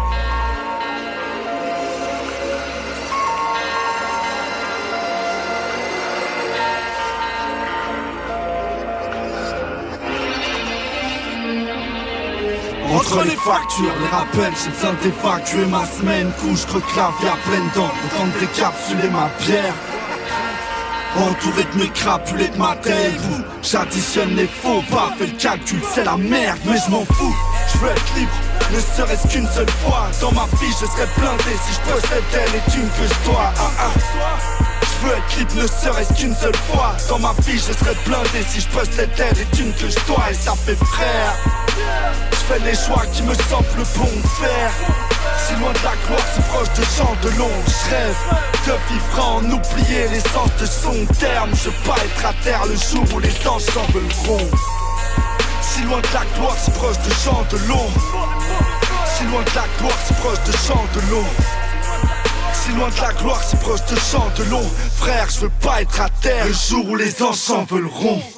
Entre les factures, les rappels, j'ai besoin d'évacuer ma semaine. Couche, clavier à pleines dents, autant de décapsuler ma bière. Entouré de mes crapulés de ma tête, j'additionne les faux pas, fais le calcul, c'est la merde, mais je m'en fous. Je veux être libre, ne serait-ce qu'une seule fois. Dans ma vie, je serais blindé si je possédais les thunes que je dois. Je veux être libre, ne serait-ce qu'une seule fois. Dans ma vie, je serais blindé si je possédais les thunes que je dois. Et ça fait frère. Je fais les choix qui me semblent le bon faire. Si loin de la gloire, si proche de champs de l'ombre. Je rêve de vivre en oublier l'essence de son terme. Je veux pas être à terre le jour où les anges s'en veulent. Si loin de la gloire, si proche de champs de l'ombre. Si loin de la gloire, si proche de champs de l'ombre. Si loin de la gloire, si proche de champs de l'ombre. Frère, je veux pas être à terre le jour où les anges s'en veulent.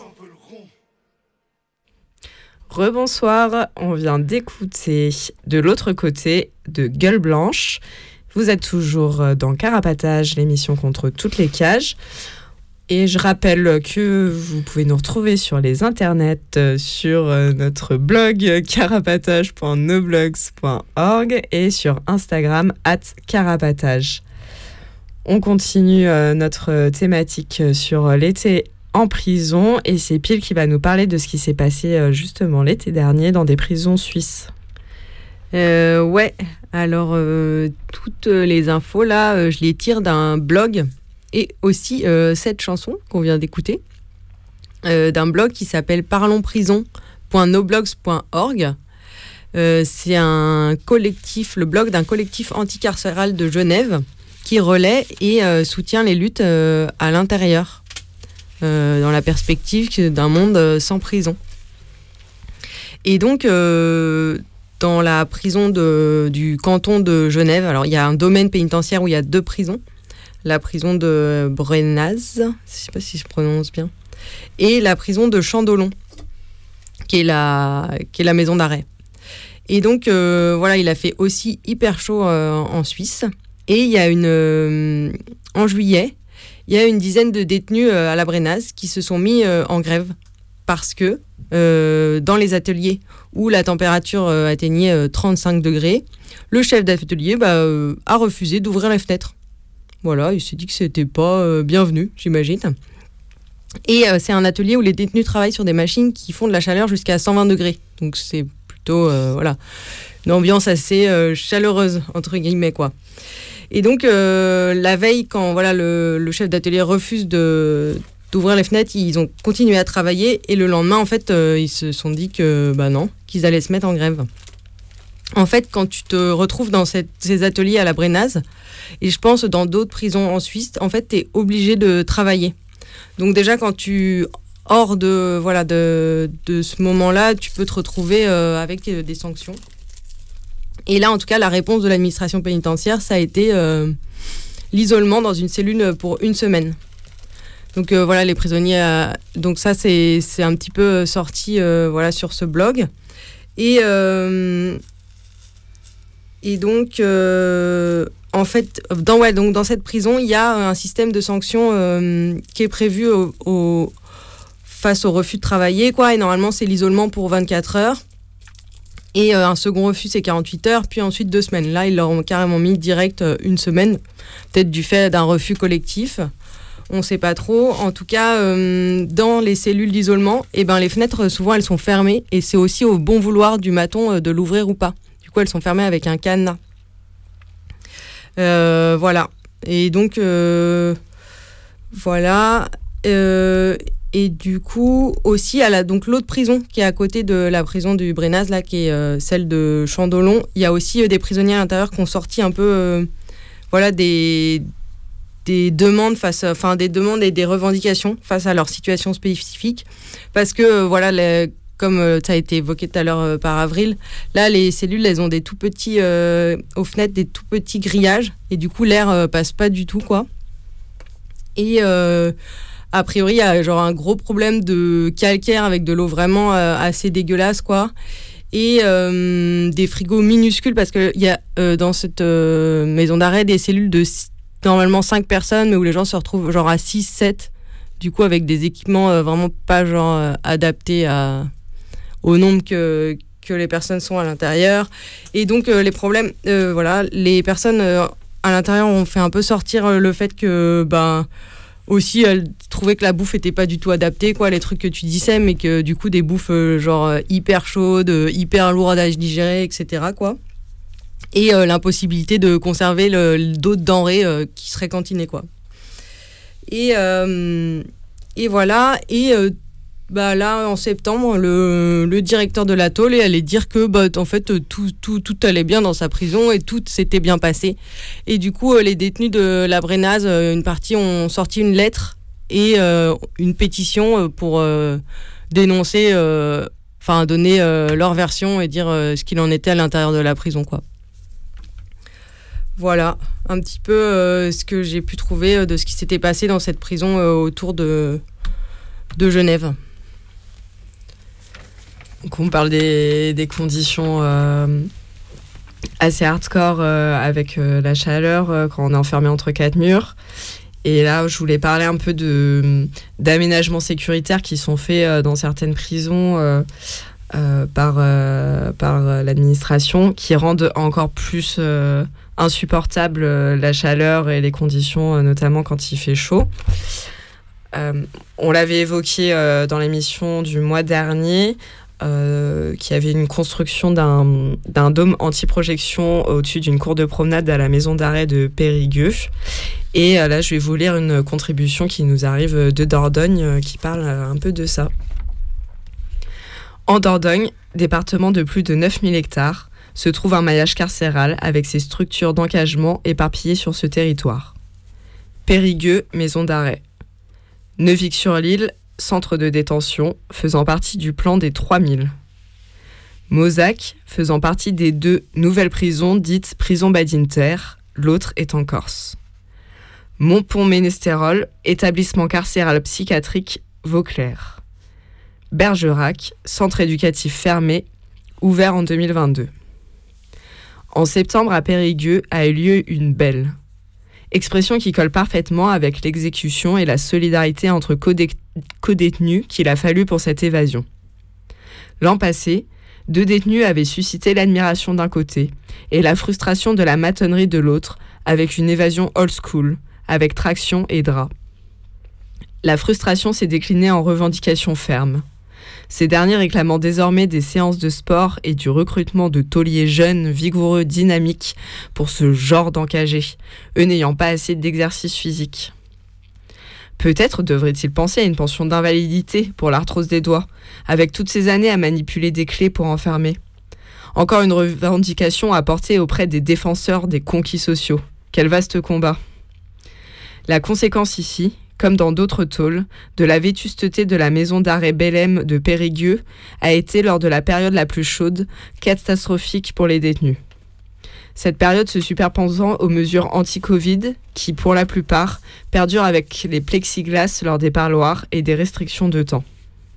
Rebonsoir, on vient d'écouter De l'autre côté de Gueule Blanche. Vous êtes toujours dans Carapatage, l'émission contre toutes les cages. Et je rappelle que vous pouvez nous retrouver sur les internets, sur notre blog carapatage.noblogs.org et sur Instagram @carapatage. On continue notre thématique sur l'été en prison et c'est Pile qui va nous parler de ce qui s'est passé justement l'été dernier dans des prisons suisses. Ouais, alors toutes les infos là, je les tire d'un blog et aussi cette chanson qu'on vient d'écouter d'un blog qui s'appelle parlonsprison.noblogs.org. C'est un collectif, le blog d'un collectif anticarcéral de Genève qui relaie et soutient les luttes à l'intérieur. Dans la perspective d'un monde sans prison. Et donc, dans la prison du canton de Genève, alors il y a un domaine pénitentiaire où il y a 2 prisons. La prison de Brenaz, je ne sais pas si je prononce bien, et la prison de Chandolon, qui est la maison d'arrêt. Et donc, il a fait aussi hyper chaud en Suisse. Et il y a en juillet, il y a une dizaine de détenus à la Brenaz qui se sont mis en grève parce que dans les ateliers où la température atteignait 35 degrés, le chef d'atelier a refusé d'ouvrir les fenêtres. Voilà, il s'est dit que c'était pas bienvenu, j'imagine. Et c'est un atelier où les détenus travaillent sur des machines qui font de la chaleur jusqu'à 120 degrés. Donc c'est plutôt une ambiance assez chaleureuse, entre guillemets, quoi. Et donc, la veille, quand le chef d'atelier refuse d'ouvrir les fenêtres, ils ont continué à travailler. Et le lendemain, en fait, ils se sont dit que non, qu'ils allaient se mettre en grève. En fait, quand tu te retrouves dans ces ateliers à la Brenaz, et je pense dans d'autres prisons en Suisse, en fait, tu es obligé de travailler. Donc déjà, quand tu hors de ce moment-là, tu peux te retrouver avec des sanctions. Et là, en tout cas, la réponse de l'administration pénitentiaire, ça a été l'isolement dans une cellule pour 1 semaine. Donc les prisonniers... donc ça, c'est un petit peu sorti sur ce blog. Et donc, en fait, dans cette prison, il y a un système de sanctions qui est prévu face au refus de travailler, quoi. Et normalement, c'est l'isolement pour 24 heures. Et un second refus, c'est 48 heures, puis ensuite 2 semaines. Là, ils leur ont carrément mis direct 1 semaine, peut-être du fait d'un refus collectif. On ne sait pas trop. En tout cas, dans les cellules d'isolement, les fenêtres, souvent, elles sont fermées. Et c'est aussi au bon vouloir du maton de l'ouvrir ou pas. Du coup, elles sont fermées avec un cadenas. Voilà. Et donc, voilà. Et du coup, aussi, donc l'autre prison qui est à côté de la prison du Brenaz, là, qui est celle de Chandolon, il y a aussi des prisonniers à l'intérieur qui ont sorti un peu des demandes des demandes et des revendications face à leur situation spécifique. Parce que, comme ça a été évoqué tout à l'heure par Avril, là, les cellules, elles ont des tout petits, aux fenêtres, des tout petits grillages. Et du coup, l'air passe pas du tout, quoi. Et... a priori, il y a un gros problème de calcaire avec de l'eau vraiment assez dégueulasse, quoi. Et des frigos minuscules, parce qu'il y a dans cette maison d'arrêt des cellules de normalement 5 personnes, mais où les gens se retrouvent à 6, 7, du coup avec des équipements vraiment pas adaptés au nombre que les personnes sont à l'intérieur. Et donc les problèmes, les personnes à l'intérieur ont fait un peu sortir le fait que... aussi, elle trouvait que la bouffe était pas du tout adaptée, quoi, les trucs que tu disais, mais que du coup, des bouffes hyper chaudes, hyper lourdes à digérer, etc., quoi. Et l'impossibilité de conserver d'autres denrées qui seraient cantinées, quoi. Et voilà. Et là, en septembre, le directeur de l'atelier allait dire que en fait, tout allait bien dans sa prison et tout s'était bien passé. Et du coup, les détenus de la Brenaz, une partie, ont sorti une lettre et une pétition pour dénoncer, donner leur version et dire ce qu'il en était à l'intérieur de la prison, quoi. Voilà, un petit peu ce que j'ai pu trouver de ce qui s'était passé dans cette prison autour de Genève. Donc on parle des conditions assez hardcore avec la chaleur quand on est enfermé entre 4 murs. Et là, je voulais parler un peu d'aménagements sécuritaires qui sont faits dans certaines prisons par l'administration, qui rendent encore plus insupportable la chaleur et les conditions, notamment quand il fait chaud. On l'avait évoqué dans l'émission du mois dernier, qui avait une construction d'un dôme anti-projection au-dessus d'une cour de promenade à la maison d'arrêt de Périgueux. Et là, je vais vous lire une contribution qui nous arrive de Dordogne, qui parle un peu de ça. En Dordogne, département de plus de 9000 hectares, se trouve un maillage carcéral avec ses structures d'encagement éparpillées sur ce territoire. Périgueux, maison d'arrêt. Neuvic-sur-l'Île, centre de détention, faisant partie du plan des 3000. Mozac, faisant partie des 2 nouvelles prisons dites prison Badinter, l'autre est en Corse. Montpont-Ménestérol, établissement carcéral psychiatrique Vauclair. Bergerac, centre éducatif fermé, ouvert en 2022. En septembre, à Périgueux, a eu lieu une belle. Expression qui colle parfaitement avec l'exécution et la solidarité entre codétenus qu'il a fallu pour cette évasion. L'an passé, 2 détenus avaient suscité l'admiration d'un côté et la frustration de la matonnerie de l'autre avec une évasion old school, avec traction et drap. La frustration s'est déclinée en revendications fermes. Ces derniers réclamant désormais des séances de sport et du recrutement de tauliers jeunes, vigoureux, dynamiques pour ce genre d'engagés, eux n'ayant pas assez d'exercice physique. Peut-être devrait-il penser à une pension d'invalidité pour l'arthrose des doigts, avec toutes ces années à manipuler des clés pour enfermer. Encore une revendication à porter auprès des défenseurs des conquis sociaux. Quel vaste combat. La conséquence ici, comme dans d'autres tôles, de la vétusteté de la maison d'arrêt Bellem de Périgueux a été, lors de la période la plus chaude, catastrophique pour les détenus. Cette période se superposant aux mesures anti-Covid qui, pour la plupart, perdurent avec les plexiglas lors des parloirs et des restrictions de temps.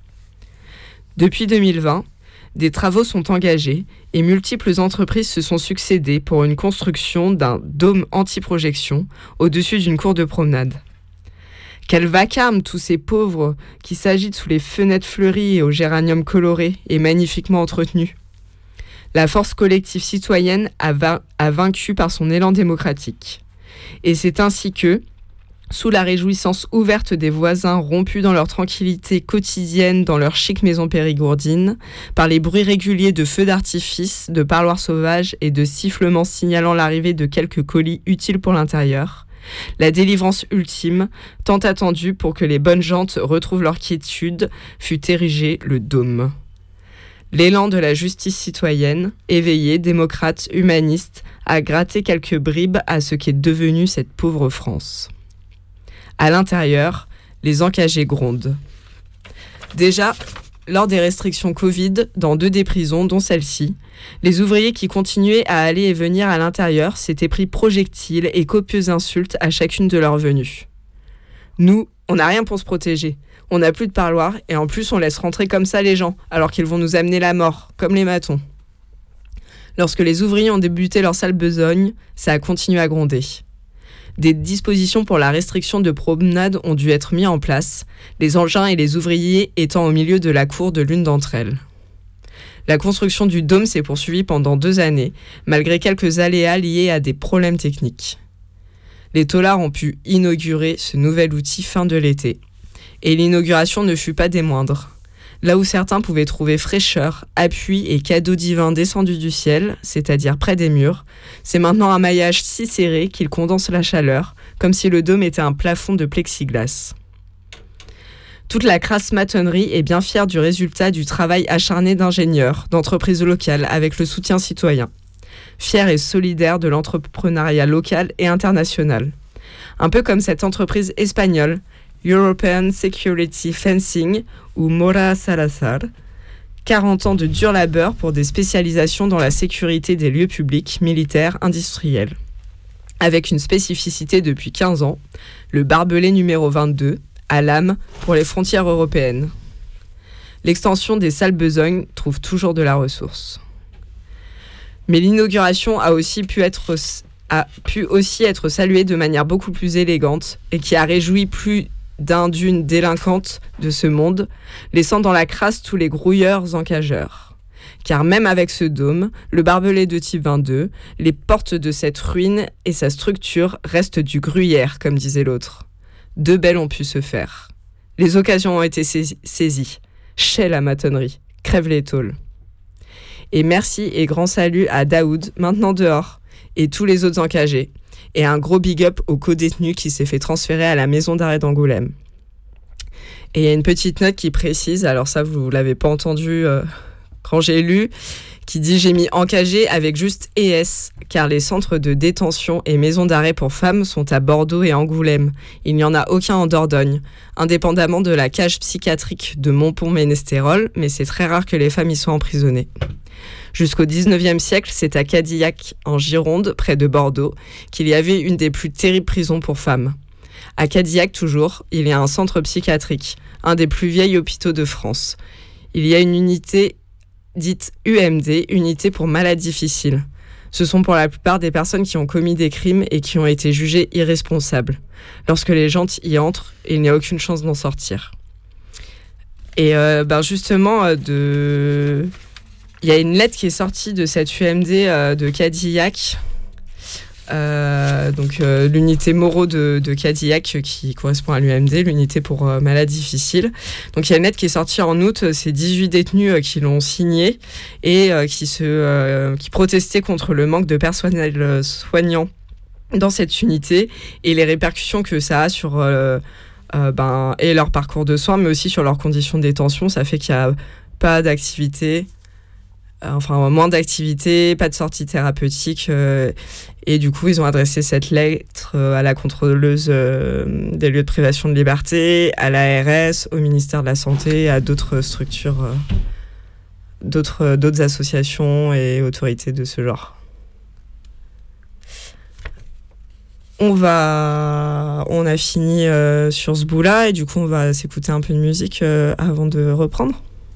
Depuis 2020, des travaux sont engagés et multiples entreprises se sont succédées pour une construction d'un dôme anti-projection au-dessus d'une cour de promenade. Quel vacarme tous ces pauvres qui s'agitent sous les fenêtres fleuries et aux géraniums colorés et magnifiquement entretenus. La force collective citoyenne a vaincu par son élan démocratique. Et c'est ainsi que, sous la réjouissance ouverte des voisins rompus dans leur tranquillité quotidienne dans leur chic maison périgourdine, par les bruits réguliers de feux d'artifice, de parloirs sauvages et de sifflements signalant l'arrivée de quelques colis utiles pour l'intérieur, la délivrance ultime, tant attendue pour que les bonnes gentes retrouvent leur quiétude, fut érigée le dôme. L'élan de la justice citoyenne, éveillée, démocrate, humaniste, a gratté quelques bribes à ce qu'est devenue cette pauvre France. À l'intérieur, les encagés grondent. Déjà, lors des restrictions Covid, dans 2 des prisons, dont celle-ci, les ouvriers qui continuaient à aller et venir à l'intérieur s'étaient pris projectiles et copieuses insultes à chacune de leurs venues. Nous, on n'a rien pour se protéger. On n'a plus de parloir et en plus on laisse rentrer comme ça les gens, alors qu'ils vont nous amener la mort, comme les matons. Lorsque les ouvriers ont débuté leur sale besogne, ça a continué à gronder. Des dispositions pour la restriction de promenade ont dû être mises en place, les engins et les ouvriers étant au milieu de la cour de l'une d'entre elles. La construction du dôme s'est poursuivie pendant 2 années, malgré quelques aléas liés à des problèmes techniques. Les taulards ont pu inaugurer ce nouvel outil fin de l'été. Et l'inauguration ne fut pas des moindres. Là où certains pouvaient trouver fraîcheur, appui et cadeaux divins descendus du ciel, c'est-à-dire près des murs, c'est maintenant un maillage si serré qu'il condense la chaleur, comme si le dôme était un plafond de plexiglas. Toute la crasse matonnerie est bien fière du résultat du travail acharné d'ingénieurs, d'entreprises locales avec le soutien citoyen. Fière et solidaire de l'entrepreneuriat local et international. Un peu comme cette entreprise espagnole, European Security Fencing ou Mora Salazar, 40 ans de dur labeur pour des spécialisations dans la sécurité des lieux publics, militaires, industriels. Avec une spécificité depuis 15 ans, le barbelé numéro 22, à l'âme pour les frontières européennes. L'extension des sales besognes trouve toujours de la ressource. Mais l'inauguration a pu aussi être saluée de manière beaucoup plus élégante et qui a réjoui plus d'une délinquante de ce monde, laissant dans la crasse tous les grouilleurs encageurs. Car même avec ce dôme, le barbelé de type 22, les portes de cette ruine et sa structure restent du gruyère, comme disait l'autre. 2 belles ont pu se faire. Les occasions ont été saisies. Chez la matonnerie, crève les tôles. Et merci et grand salut à Daoud, maintenant dehors, et tous les autres encagés. Et un gros big up au codétenu qui s'est fait transférer à la maison d'arrêt d'Angoulême. Et il y a une petite note qui précise, alors ça vous l'avez pas entendu quand j'ai lu, qui dit « J'ai mis encagé avec juste ES, car les centres de détention et maisons d'arrêt pour femmes sont à Bordeaux et Angoulême. Il n'y en a aucun en Dordogne, indépendamment de la cage psychiatrique de Montpont-Ménestérol, mais c'est très rare que les femmes y soient emprisonnées. » Jusqu'au 19e siècle, c'est à Cadillac, en Gironde, près de Bordeaux, qu'il y avait une des plus terribles prisons pour femmes. À Cadillac toujours, il y a un centre psychiatrique, un des plus vieils hôpitaux de France. Il y a une unité dite UMD, unité pour malades difficiles. Ce sont pour la plupart des personnes qui ont commis des crimes et qui ont été jugées irresponsables. Lorsque les gens y entrent, il n'y a aucune chance d'en sortir. Et justement, il y a une lettre qui est sortie de cette UMD de Cadillac, l'unité Moreau de Cadillac qui correspond à l'UMD, l'unité pour malades difficiles. Donc il y a une lettre qui est sortie en août, c'est 18 détenus qui l'ont signée et qui protestaient contre le manque de personnel soignant dans cette unité et les répercussions que ça a sur et leur parcours de soins, mais aussi sur leurs conditions de détention. Ça fait qu'il n'y a pas d'activité, moins d'activité, pas de sortie thérapeutique. Et du coup, ils ont adressé cette lettre à la contrôleuse des lieux de privation de liberté, à l'ARS, au ministère de la Santé, à d'autres structures, d'autres associations et autorités de ce genre. On a fini sur ce bout-là et du coup, on va s'écouter un peu de musique avant de reprendre.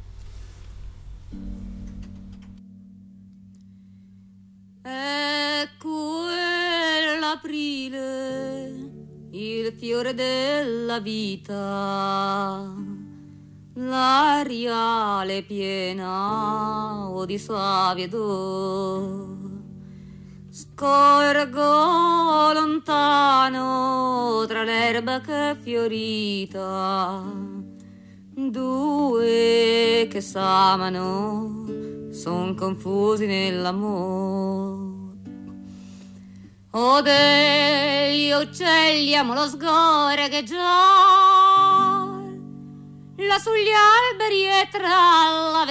Il fiore della vita, l'aria è piena di suave odore. Scorgo lontano tra l'erba che è fiorita, due che s'amano son confusi nell'amore. O degli uccelli amo lo sgoregeggiar, là sugli alberi e tra la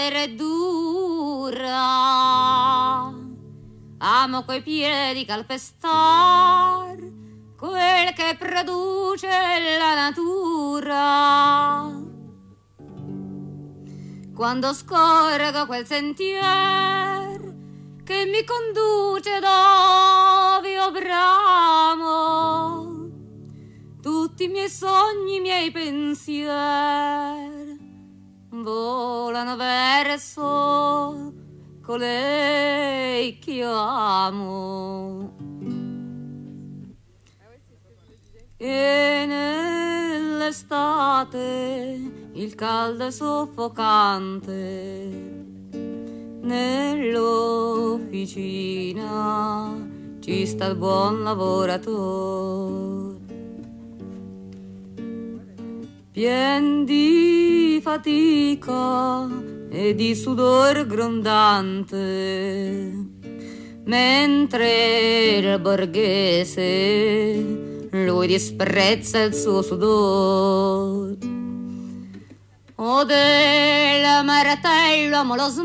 verdura. Amo coi piedi calpestar quel che produce la natura. Quando scorgo quel sentier che mi conduce dove io bramo, tutti i miei sogni, i miei pensieri volano verso colei che io amo. E nell'estate il caldo è soffocante, nell'officina ci sta il buon lavoratore, pien di fatica e di sudor grondante, mentre il borghese lui disprezza il suo sudor. O del martello amo lo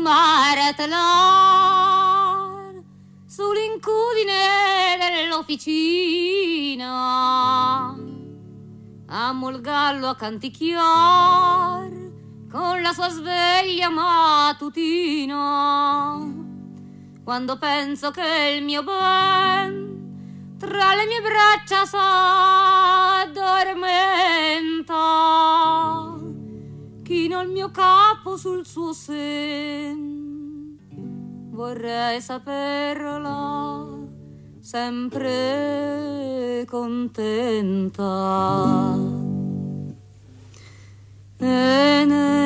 smartellar sull'incudine dell'officina, amo il gallo a canticchiar con la sua sveglia mattutina. Quando penso che il mio ben tra le mie braccia s'addormenta, chino il mio capo sul suo sen, vorrei saperla sempre contenta. E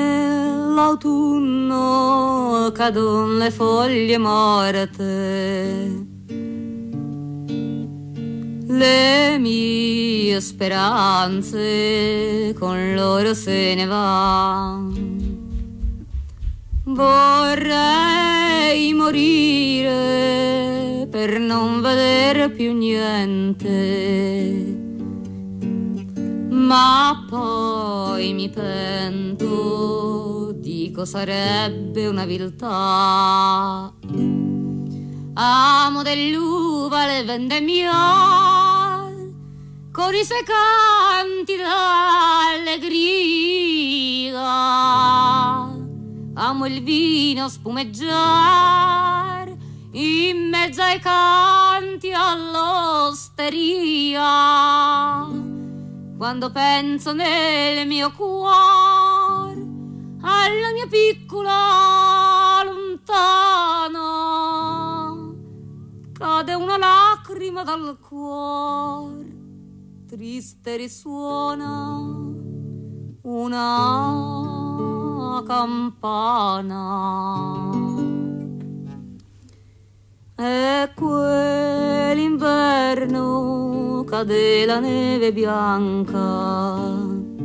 nell'autunno cadon le foglie morte, le mie speranze con loro se ne van. Vorrei morire per non vedere più niente, ma poi mi pento, dico sarebbe una viltà. Amo dell'uva le vendemmiar con i suoi canti d'allegria. Amo il vino spumeggiar in mezzo ai canti all'osteria. quando penso nel mio cuore alla mia piccola lontana, cade una lacrima dal cuore, triste risuona una campana. E quell'inverno cade la neve bianca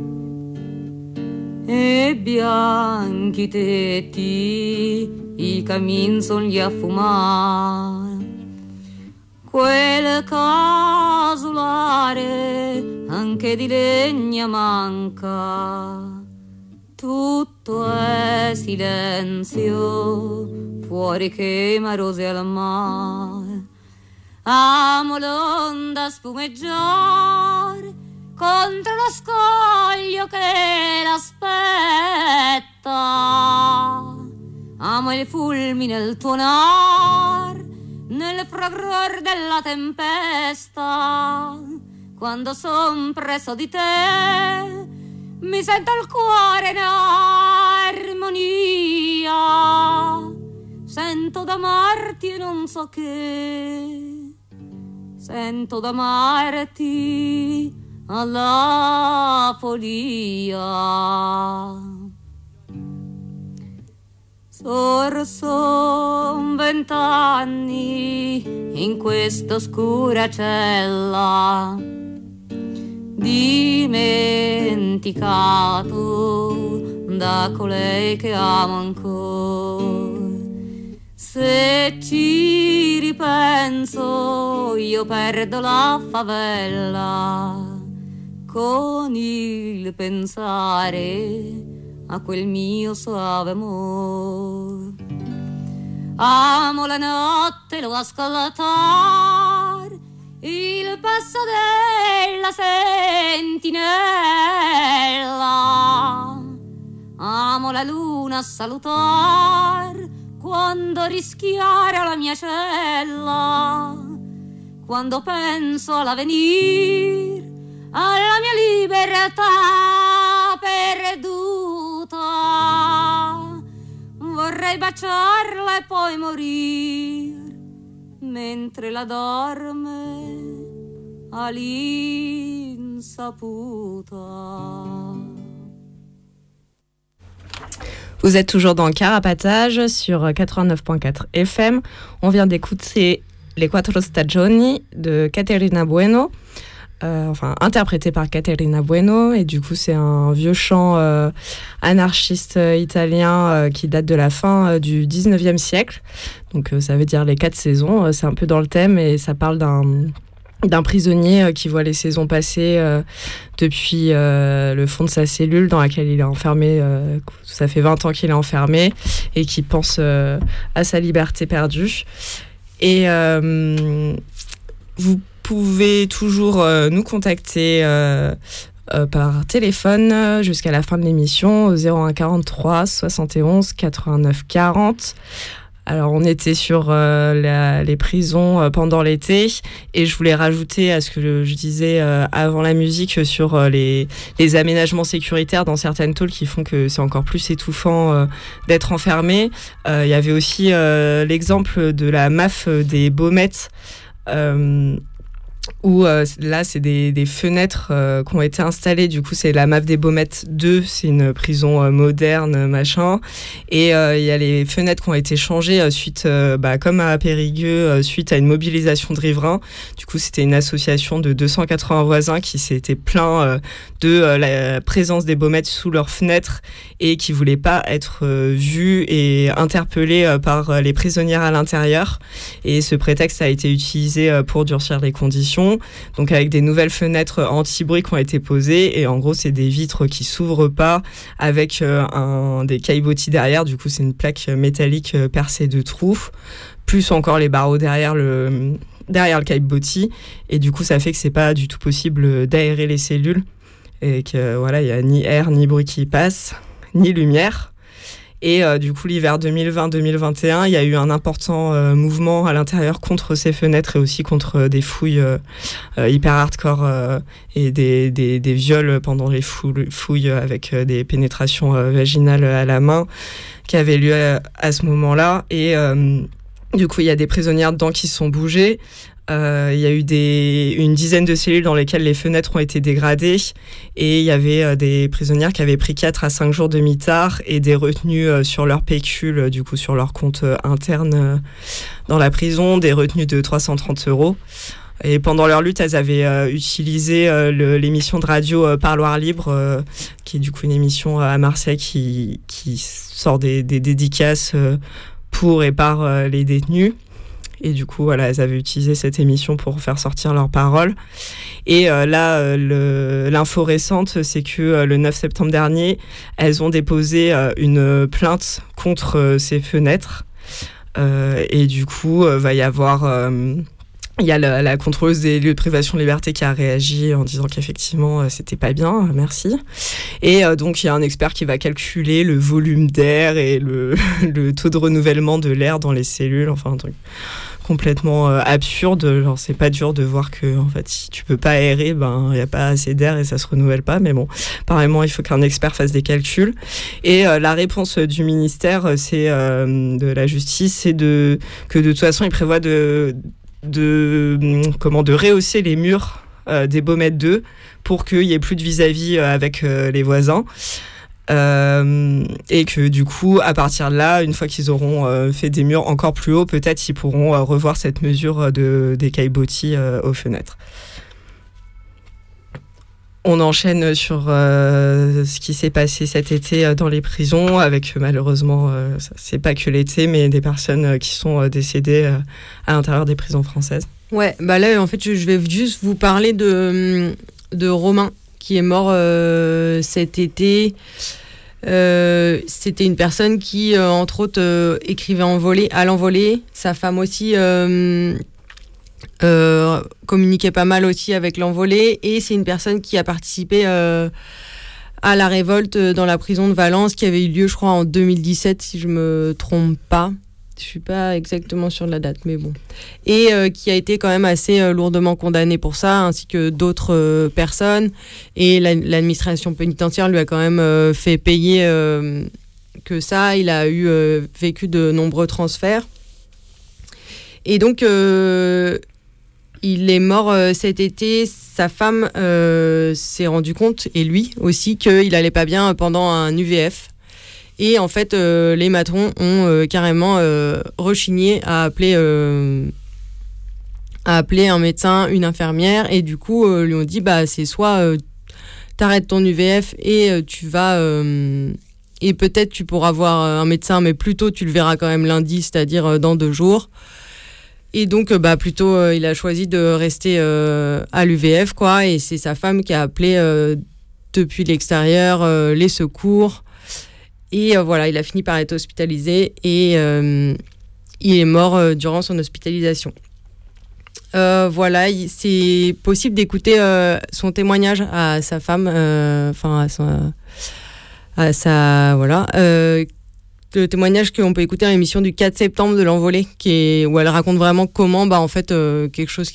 e bianchi tetti i cammin son lì a fumare. Quel casolare anche di legna manca, tutto è silenzio fuori che rose al mare. Amo l'onda spumeggiare contro lo scoglio che l'aspetta. Amo il fulmine, il tuonar nel fragor della tempesta. Quando son preso di te mi sento il cuore in armonia. Sento d'amarti e non so che, sento d'amarti alla follia. Son 20 anni in questa oscura cella, dimenticato da colei che amo ancora. Se ci ripenso io perdo la favella con il pensare a quel mio soave amor. Amo la notte, lo ascoltar il passo della sentinella. Amo la luna salutar quando rischiara la mia cella. Quando penso all'avvenir, alla mia libertà perduta, vorrei baciarla e poi morir mentre la dorme all'insaputa. Vous êtes toujours dans Carapatage sur 89.4 FM. On vient d'écouter Les Quattro Stagioni de Caterina Bueno, interprété par Caterina Bueno. Et du coup, c'est un vieux chant anarchiste italien qui date de la fin du 19e siècle. Donc ça veut dire les 4 saisons. C'est un peu dans le thème et ça parle d'un prisonnier qui voit les saisons passer depuis le fond de sa cellule dans laquelle il est enfermé. Ça fait 20 ans qu'il est enfermé et qui pense à sa liberté perdue. Et vous pouvez toujours nous contacter par téléphone jusqu'à la fin de l'émission au 01 43 71 89 40. Alors, on était sur les prisons pendant l'été et je voulais rajouter à ce que je disais avant la musique sur les aménagements sécuritaires dans certaines tôles qui font que c'est encore plus étouffant d'être enfermé. Il y avait aussi l'exemple de la MAF des Baumettes où là c'est des fenêtres qui ont été installées. Du coup c'est la MAF des Baumettes 2, c'est une prison moderne machin, et il y a les fenêtres qui ont été changées suite comme à Périgueux, suite à une mobilisation de riverains. Du coup c'était une association de 280 voisins qui s'étaient plaints de la présence des Baumettes sous leurs fenêtres et qui voulaient pas être vus et interpellés par les prisonnières à l'intérieur, et ce prétexte a été utilisé pour durcir les conditions. Donc avec des nouvelles fenêtres anti-bruit qui ont été posées, et en gros c'est des vitres qui s'ouvrent pas avec des caillebotis derrière. Du coup c'est une plaque métallique percée de trous, plus encore les barreaux derrière le caillebotis, et du coup ça fait que c'est pas du tout possible d'aérer les cellules et que voilà, il y a ni air ni bruit qui passe, ni lumière. Et du coup, l'hiver 2020-2021, il y a eu un important mouvement à l'intérieur contre ces fenêtres et aussi contre des fouilles hyper hardcore et des viols pendant les fouilles avec des pénétrations vaginales à la main qui avaient lieu à ce moment-là. Et du coup, il y a des prisonnières dedans qui se sont bougées. Il y a eu une dizaine de cellules dans lesquelles les fenêtres ont été dégradées et il y avait des prisonnières qui avaient pris 4 à 5 jours de mitard et des retenues sur leur pécule, du coup sur leur compte interne dans la prison, des retenues de 330 €. Et pendant leur lutte, elles avaient utilisé l'émission de radio Parloir Libre, qui est du coup une émission à Marseille qui sort des dédicaces pour et par les détenus. Et du coup, voilà, elles avaient utilisé cette émission pour faire sortir leurs paroles. Et là, l'info récente, c'est que le 9 septembre dernier, elles ont déposé une plainte contre ces fenêtres. Et du coup, va y avoir... Il y a la contrôleuse des lieux de privation de liberté qui a réagi en disant qu'effectivement, c'était pas bien, merci. Et donc, il y a un expert qui va calculer le volume d'air et le taux de renouvellement de l'air dans les cellules, enfin un truc complètement absurde. Genre, c'est pas dur de voir que en fait, si tu peux pas aérer, ben il y a pas assez d'air et ça se renouvelle pas. Mais bon, apparemment, il faut qu'un expert fasse des calculs. Et la réponse du ministère, c'est de la justice, c'est que de toute façon, il prévoit de rehausser les murs des Baumettes 2 pour qu'il n'y ait plus de vis-à-vis avec les voisins. Et que du coup, à partir de là, une fois qu'ils auront fait des murs encore plus hauts, peut-être ils pourront revoir cette mesure des caillebotis aux fenêtres. On enchaîne sur ce qui s'est passé cet été dans les prisons, avec malheureusement, c'est pas que l'été, mais des personnes qui sont décédées à l'intérieur des prisons françaises. Ouais, bah là, en fait, je vais juste vous parler de Romain, qui est mort cet été. C'était une personne qui, entre autres, écrivait à l'envolée. Sa femme aussi communiquait pas mal aussi avec l'envolée. Et c'est une personne qui a participé à la révolte dans la prison de Valence, qui avait eu lieu, je crois, en 2017, si je me trompe pas. Je suis pas exactement sûre de la date, mais bon. Et qui a été quand même assez lourdement condamné pour ça, ainsi que d'autres personnes. Et l'administration pénitentiaire lui a quand même fait payer que ça. Il a vécu de nombreux transferts. Et donc, il est mort cet été. Sa femme s'est rendu compte, et lui aussi, qu'il allait pas bien pendant un UVF. Et en fait, les matrons ont carrément rechigné à appeler un médecin, une infirmière, et du coup, lui ont dit, bah, c'est soit t'arrêtes ton UVF et tu vas... et peut-être tu pourras voir un médecin, mais plutôt tu le verras quand même lundi, c'est-à-dire dans 2 jours. Et donc, plutôt, il a choisi de rester à l'UVF, quoi, et c'est sa femme qui a appelé depuis l'extérieur les secours. Et voilà, il a fini par être hospitalisé et il est mort durant son hospitalisation. Voilà, c'est possible d'écouter son témoignage à sa femme, le témoignage qu'on peut écouter à l'émission du 4 septembre de l'Envolée, où elle raconte vraiment comment, en fait, quelque chose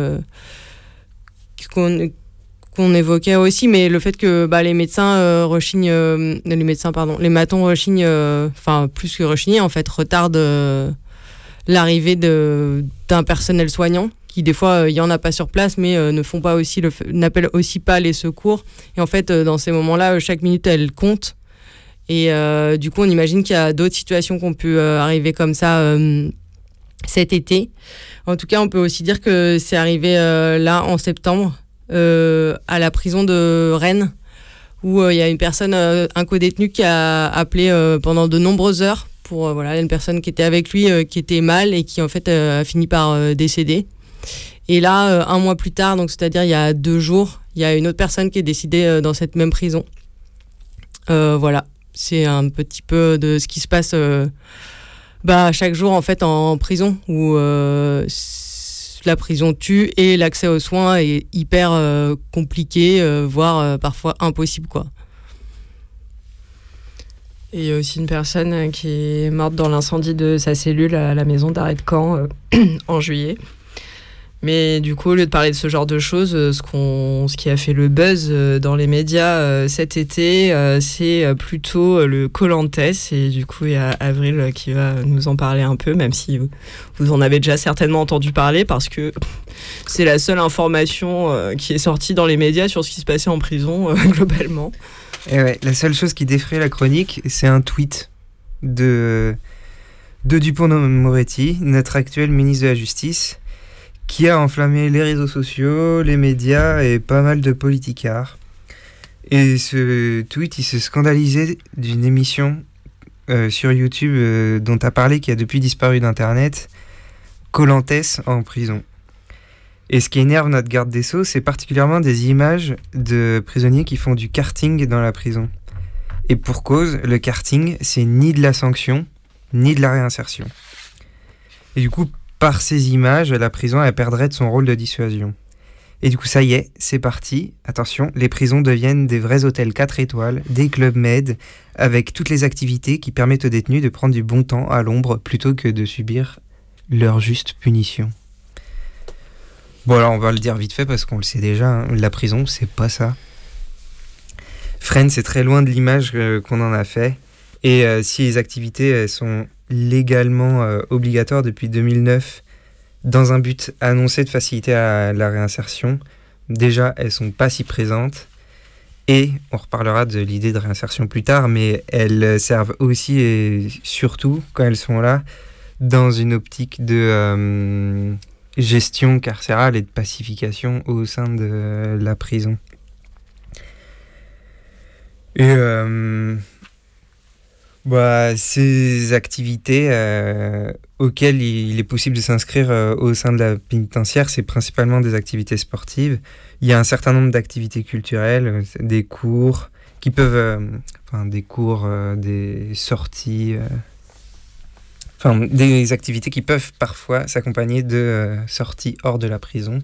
qu'on évoquait aussi, mais le fait que les médecins rechignent, les matons rechignent, plus que rechigner, en fait, retardent l'arrivée d'un personnel soignant, qui des fois, il y en a pas sur place, mais n'appellent aussi pas les secours. Et en fait, dans ces moments-là, chaque minute, elle compte. Et du coup, on imagine qu'il y a d'autres situations qui ont pu arriver comme ça cet été. En tout cas, on peut aussi dire que c'est arrivé là, en septembre, à la prison de Rennes, où il y a une personne, un codétenu, qui a appelé pendant de nombreuses heures pour une personne qui était avec lui, qui était mal et qui en fait a fini par décéder. Et là, 1 mois plus tard, donc c'est-à-dire il y a 2 jours, il y a une autre personne qui est décédée dans cette même prison. Voilà, c'est un petit peu de ce qui se passe chaque jour en fait en prison, où la prison tue et l'accès aux soins est hyper compliqué, voire parfois impossible, quoi. Et il y a aussi une personne qui est morte dans l'incendie de sa cellule à la maison d'arrêt de Caen en juillet. Mais du coup, au lieu de parler de ce genre de choses, ce qui a fait le buzz dans les médias cet été, c'est plutôt le Colantes. Et du coup, il y a Avril qui va nous en parler un peu, même si vous en avez déjà certainement entendu parler, parce que c'est la seule information qui est sortie dans les médias sur ce qui se passait en prison, globalement. Et ouais, la seule chose qui défraie la chronique, c'est un tweet de Dupond-Moretti, notre actuel ministre de la Justice, qui a enflammé les réseaux sociaux, les médias et pas mal de politicards. Et ce tweet, il se scandalisait d'une émission sur YouTube dont tu as parlé, qui a depuis disparu d'Internet, Colantes en prison. Et ce qui énerve notre garde des Sceaux, c'est particulièrement des images de prisonniers qui font du karting dans la prison. Et pour cause, le karting, c'est ni de la sanction, ni de la réinsertion. Et du coup, par ces images, la prison, elle perdrait de son rôle de dissuasion. Et du coup, ça y est, c'est parti. Attention, les prisons deviennent des vrais hôtels 4 étoiles, des clubs med, avec toutes les activités qui permettent aux détenus de prendre du bon temps à l'ombre plutôt que de subir leur juste punition. Bon, alors on va le dire vite fait parce qu'on le sait déjà, hein, la prison, c'est pas ça. Friends, c'est très loin de l'image qu'on en a fait. Et si les activités elles sont légalement obligatoires depuis 2009 dans un but annoncé de faciliter la réinsertion, déjà, elles sont pas si présentes. Et on reparlera de l'idée de réinsertion plus tard, mais elles servent aussi et surtout, quand elles sont là, dans une optique de gestion carcérale et de pacification au sein de la prison. Et ces activités auxquelles il est possible de s'inscrire au sein de la pénitentiaire, c'est principalement des activités sportives. Il y a un certain nombre d'activités culturelles, des cours qui peuvent... des sorties... des activités qui peuvent parfois s'accompagner de sorties hors de la prison.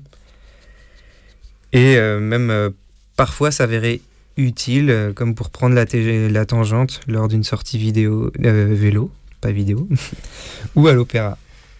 Et même parfois s'avérer utile, comme pour prendre la tangente lors d'une sortie vélo, pas vidéo, ou à l'opéra.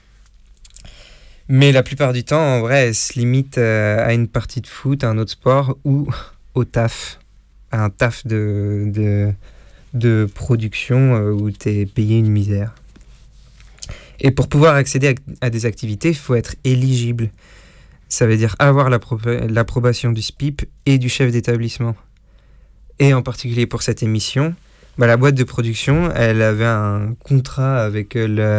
Mais la plupart du temps, en vrai, elle se limite à une partie de foot, à un autre sport, ou au taf, à un taf de production où t'es payé une misère. Et pour pouvoir accéder à des activités, il faut être éligible. Ça veut dire avoir l'approbation du SPIP et du chef d'établissement. Et en particulier pour cette émission, la boîte de production, elle avait un contrat avec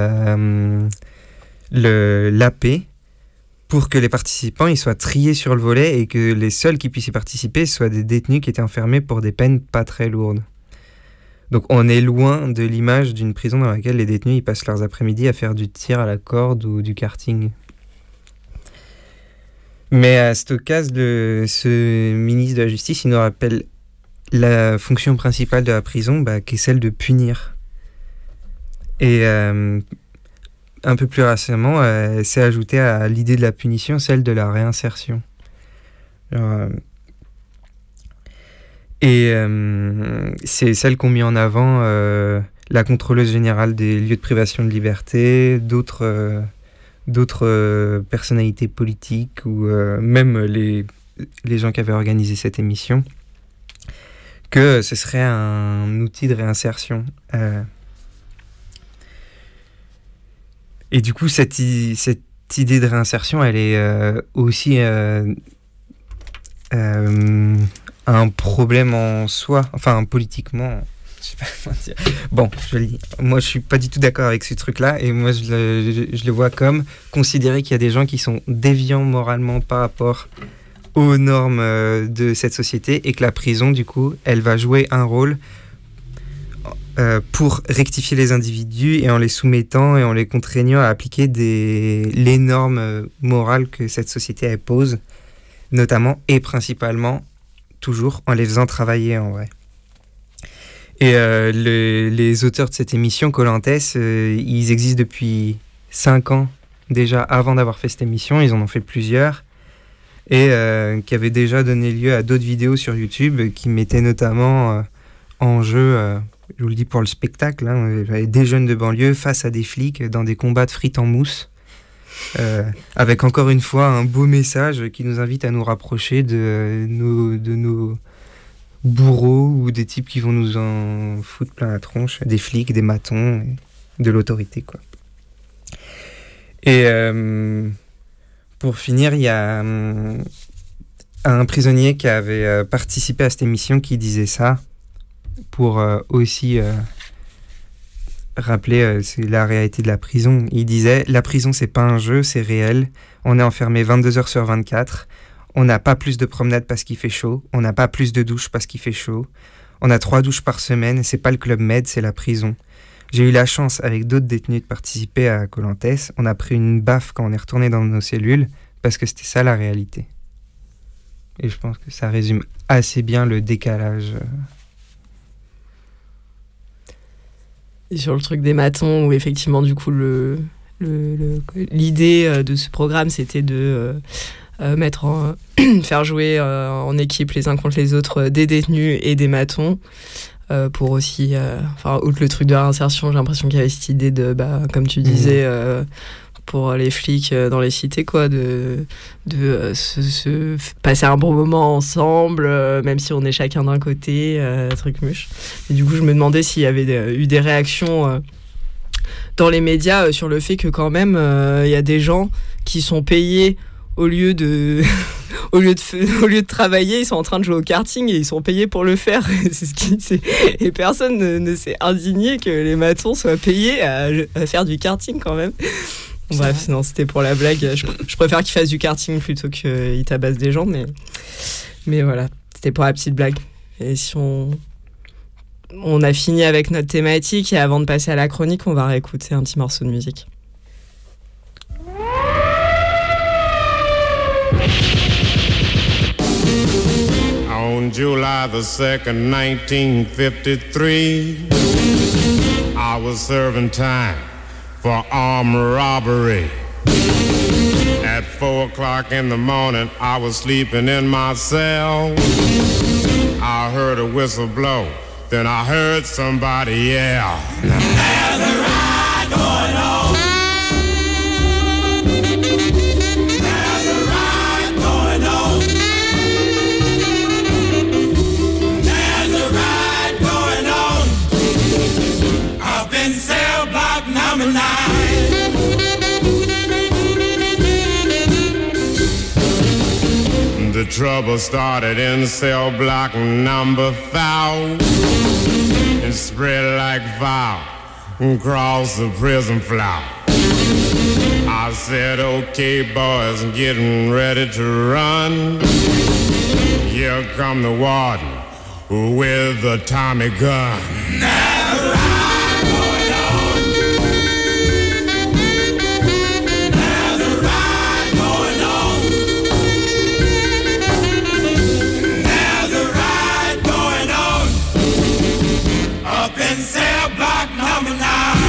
l'AP pour que les participants ils soient triés sur le volet et que les seuls qui puissent y participer soient des détenus qui étaient enfermés pour des peines pas très lourdes. Donc on est loin de l'image d'une prison dans laquelle les détenus ils passent leurs après-midi à faire du tir à la corde ou du karting. Mais à cette occasion, ce ministre de la Justice, il nous rappelle la fonction principale de la prison, qui est celle de punir. Et un peu plus récemment, s'est ajoutée à l'idée de la punition celle de la réinsertion. C'est celle qu'ont mis en avant la contrôleuse générale des lieux de privation de liberté, d'autres personnalités politiques ou même les gens qui avaient organisé cette émission, que ce serait un outil de réinsertion. Et du coup, cette idée de réinsertion, elle est aussi un problème en soi, politiquement, je sais pas comment dire. Bon, je le dis. Moi, je suis pas du tout d'accord avec ce truc-là, et moi, je le vois comme considérer qu'il y a des gens qui sont déviants moralement par rapport aux normes de cette société, et que la prison, du coup, elle va jouer un rôle pour rectifier les individus et en les soumettant et en les contraignant à appliquer les normes morales que cette société elle pose, notamment et principalement toujours en les faisant travailler en vrai. Et les auteurs de cette émission, Colantes, ils existent depuis 5 ans déjà avant d'avoir fait cette émission. Ils en ont fait plusieurs et qui avaient déjà donné lieu à d'autres vidéos sur YouTube qui mettaient notamment en jeu je vous le dis pour le spectacle, hein, des jeunes de banlieue face à des flics dans des combats de frites en mousse, avec encore une fois un beau message qui nous invite à nous rapprocher de nos bourreaux ou des types qui vont nous en foutre plein la tronche, des flics, des matons, de l'autorité, quoi. Et pour finir, il y a un prisonnier qui avait participé à cette émission qui disait ça, pour aussi rappeler c'est la réalité de la prison. Il disait « La prison, c'est pas un jeu, c'est réel. On est enfermé 22 heures sur 24. On n'a pas plus de promenades parce qu'il fait chaud. On n'a pas plus de douches parce qu'il fait chaud. On a 3 douches par semaine. C'est pas le Club Med, c'est la prison. J'ai eu la chance, avec d'autres détenus, de participer à Colantes. On a pris une baffe quand on est retourné dans nos cellules, parce que c'était ça la réalité. » Et je pense que ça résume assez bien le décalage. Et sur le truc des matons, où effectivement, du coup, l'idée de ce programme, c'était de faire jouer en équipe les uns contre les autres des détenus et des matons. Pour aussi, outre le truc de réinsertion, j'ai l'impression qu'il y avait cette idée de, comme tu disais, pour les flics dans les cités, quoi, de se passer un bon moment ensemble, même si on est chacun d'un côté, truc muche. Et du coup, je me demandais s'il y avait eu des réactions dans les médias sur le fait que quand même, il y a des gens qui sont payés au lieu de travailler, ils sont en train de jouer au karting et ils sont payés pour le faire. Et personne ne s'est indigné que les matons soient payés à faire du karting quand même. Bref, non, c'était pour la blague. Je préfère qu'ils fassent du karting plutôt qu'ils tabassent des gens, mais voilà, c'était pour la petite blague. Et si on a fini avec notre thématique, et avant de passer à la chronique, on va réécouter un petit morceau de musique. On July the 2nd, 1953, I was serving time for armed robbery. At 4 o'clock in the morning, I was sleeping in my cell. I heard a whistle blow, then I heard somebody yell. There's a ride going on. There's a ride going on. There's a ride going on. Up in cell block number 9. The trouble started in cell block number 5 and spread like fire across the prison floor. I said, okay, boys, getting ready to run. Here come the warden with the Tommy gun. Cell block number 9.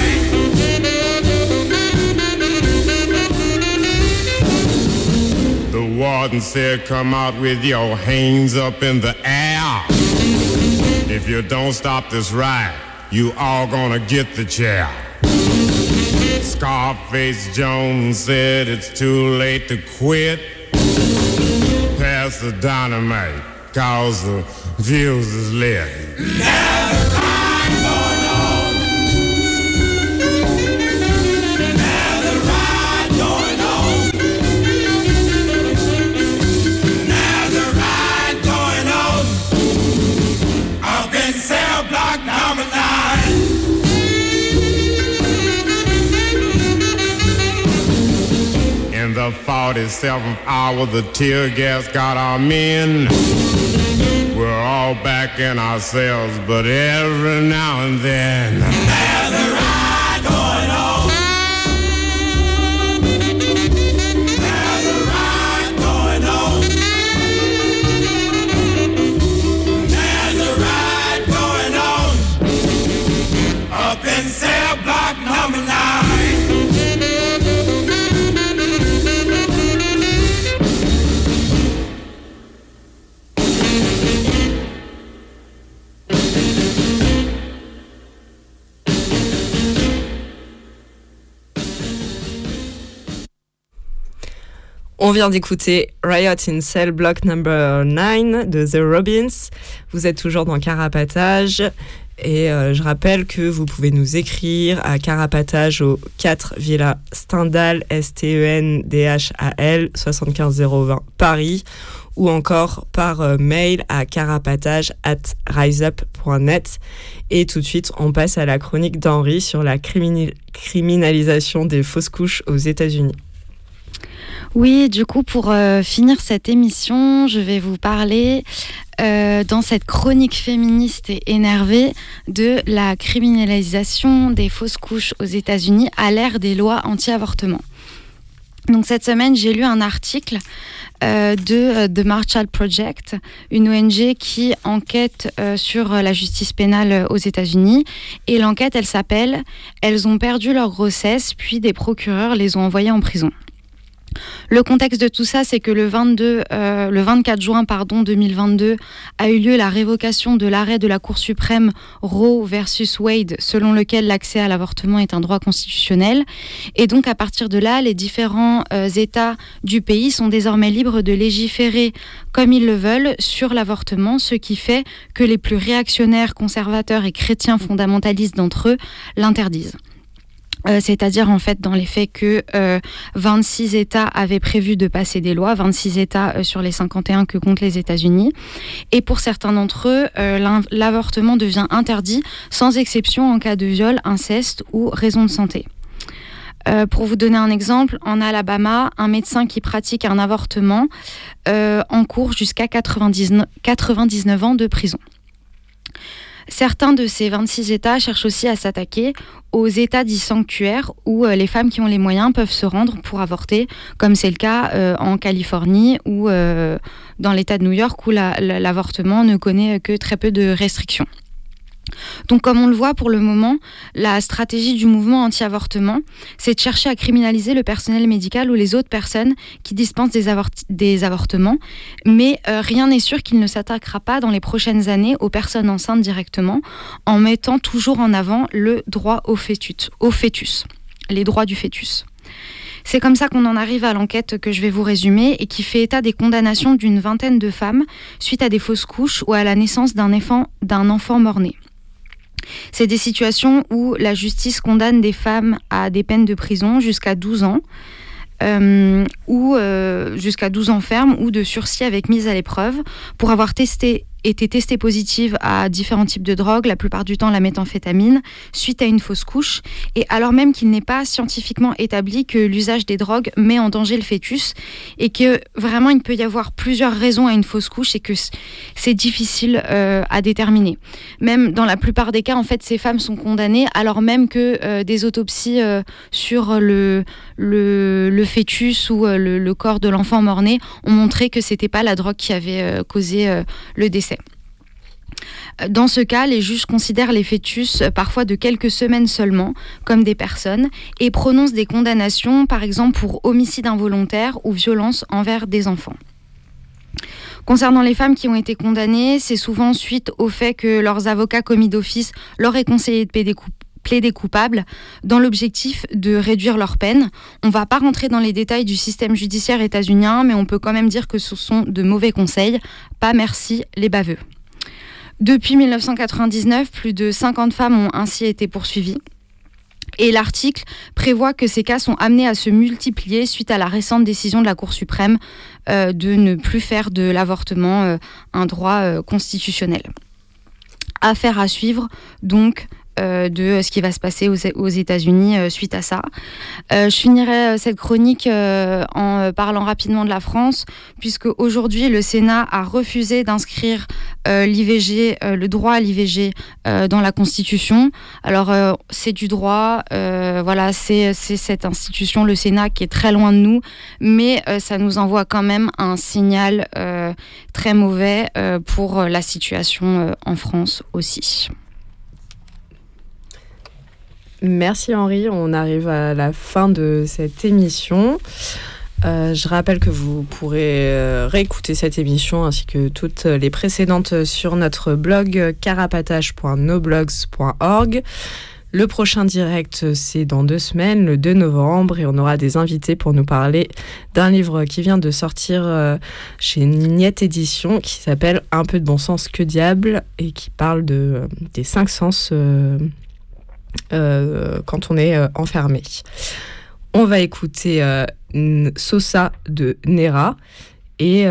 The warden said, come out with your hands up in the air. If you don't stop this ride, you all gonna get the chair. Scarface Jones said it's too late to quit. Pass the dynamite, cause the fuse is lit. In the 47th hour, the tear gas got our men. We're all back in our cells, but every now and then there's a ride going on. There's a ride going on. There's a ride going on. Up in cell block number 9. On vient d'écouter Riot in Cell Block Number 9 de The Robins. Vous êtes toujours dans Carapatage. Et je rappelle que vous pouvez nous écrire à Carapatage au 4 Villa Stendhal, STENDHAL 75020 Paris, ou encore par mail à carapatage@riseup.net. Et tout de suite, on passe à la chronique d'Henri sur la criminalisation des fausses couches aux États-Unis. Oui, du coup, pour finir cette émission, je vais vous parler dans cette chronique féministe et énervée de la criminalisation des fausses couches aux États-Unis à l'ère des lois anti-avortement. Donc cette semaine, j'ai lu un article de The Marshall Project, une ONG qui enquête sur la justice pénale aux États-Unis. Et l'enquête, elle s'appelle « Elles ont perdu leur grossesse, puis des procureurs les ont envoyées en prison ». Le contexte de tout ça, c'est que le 24 juin 2022 a eu lieu la révocation de l'arrêt de la Cour suprême Roe versus Wade, selon lequel l'accès à l'avortement est un droit constitutionnel. Et donc, à partir de là, les différents États du pays sont désormais libres de légiférer comme ils le veulent sur l'avortement, ce qui fait que les plus réactionnaires, conservateurs et chrétiens fondamentalistes d'entre eux l'interdisent. C'est-à-dire en fait dans les faits que 26 États avaient prévu de passer des lois, 26 États sur les 51 que comptent les États-Unis. Et pour certains d'entre eux, l'avortement devient interdit sans exception en cas de viol, inceste ou raison de santé. Pour vous donner un exemple, en Alabama, un médecin qui pratique un avortement encourt jusqu'à 99 ans de prison. Certains de ces 26 États cherchent aussi à s'attaquer aux États dits sanctuaires où les femmes qui ont les moyens peuvent se rendre pour avorter, comme c'est le cas en Californie ou dans l'État de New York où l'avortement ne connaît que très peu de restrictions. Donc comme on le voit pour le moment, la stratégie du mouvement anti-avortement, c'est de chercher à criminaliser le personnel médical ou les autres personnes qui dispensent des avortements, mais rien n'est sûr qu'il ne s'attaquera pas dans les prochaines années aux personnes enceintes directement, en mettant toujours en avant le droit au fœtus, les droits du fœtus. C'est comme ça qu'on en arrive à l'enquête que je vais vous résumer et qui fait état des condamnations d'une vingtaine de femmes suite à des fausses couches ou à la naissance d'un enfant mort-né. C'est des situations où la justice condamne des femmes à des peines de prison jusqu'à 12 ans, ou jusqu'à 12 ans ferme ou de sursis avec mise à l'épreuve pour avoir été testée positive à différents types de drogues, la plupart du temps la méthamphétamine, suite à une fausse couche, et alors même qu'il n'est pas scientifiquement établi que l'usage des drogues met en danger le fœtus, et que vraiment il peut y avoir plusieurs raisons à une fausse couche et que c'est difficile à déterminer. Même dans la plupart des cas, en fait, ces femmes sont condamnées alors même que des autopsies sur le fœtus ou le corps de l'enfant mort-né ont montré que c'était pas la drogue qui avait causé le décès. Dans ce cas, les juges considèrent les fœtus, parfois de quelques semaines seulement, comme des personnes et prononcent des condamnations, par exemple pour homicide involontaire ou violence envers des enfants. Concernant les femmes qui ont été condamnées, c'est souvent suite au fait que leurs avocats commis d'office leur aient conseillé de plaider coupables dans l'objectif de réduire leur peine. On ne va pas rentrer dans les détails du système judiciaire états-unien, mais on peut quand même dire que ce sont de mauvais conseils. Pas merci les baveux. Depuis 1999, plus de 50 femmes ont ainsi été poursuivies. Et l'article prévoit que ces cas sont amenés à se multiplier suite à la récente décision de la Cour suprême de ne plus faire de l'avortement un droit constitutionnel. Affaire à suivre, donc, de ce qui va se passer aux États-Unis suite à ça. Je finirai cette chronique en parlant rapidement de la France, puisque aujourd'hui le Sénat a refusé d'inscrire l'IVG, le droit à l'IVG dans la Constitution. Alors c'est du droit, voilà, c'est cette institution, le Sénat, qui est très loin de nous, mais ça nous envoie quand même un signal très mauvais pour la situation en France aussi. Merci Henri, on arrive à la fin de cette émission. Je rappelle que vous pourrez réécouter cette émission ainsi que toutes les précédentes sur notre blog carapatage.noblogs.org. Le prochain direct, c'est dans 2 semaines, le 2 novembre, et on aura des invités pour nous parler d'un livre qui vient de sortir chez Niette Édition, qui s'appelle « Un peu de bon sens, que diable ?» et qui parle des 5 sens quand on est enfermé. On va écouter Sosa de Nera, et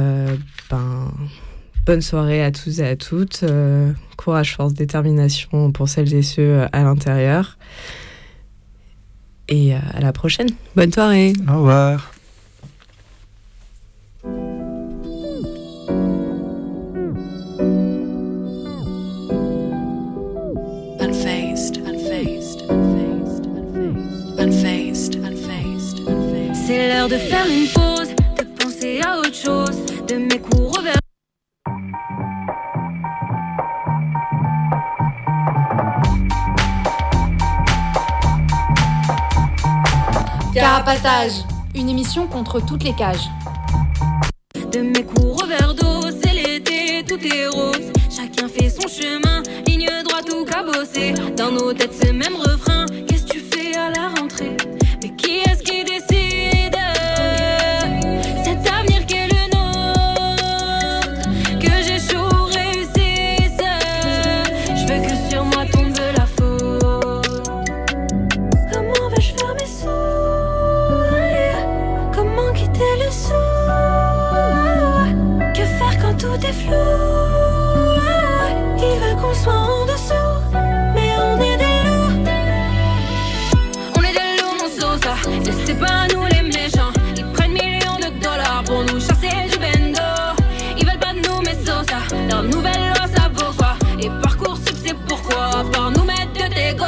bonne soirée à tous et à toutes. Courage, force, détermination pour celles et ceux à l'intérieur. Et à la prochaine. Bonne soirée. Au revoir. C'est l'heure de faire une pause, de penser à autre chose, de mes coups revers. Carapatage, une émission contre toutes les cages. De mes coups revers d'eau, c'est l'été, tout est rose. Chacun fait son chemin, ligne droite ou cabossé. Dans nos têtes, ce même refrain. Qu'est-ce que tu fais à la rentrée? Mais qui est-ce qui décide cet avenir qui est le nôtre? Que j'échoue, réussisse. Je veux que sur moi tombe la faute. Comment vais-je faire mes sous? Comment quitter le sou? Que faire quand tout est flou? Ils veulent qu'on soit en dessous, mais on est des loups. On est des loups, mon sosa. Et c'est pas nous les méchants. Ils prennent millions de dollars pour nous chasser du bendo. Ils veulent pas de nous, mais sosa. Leur nouvelle loi, ça vaut quoi? Et Parcoursup, c'est pourquoi? Par nous mettre de tes go.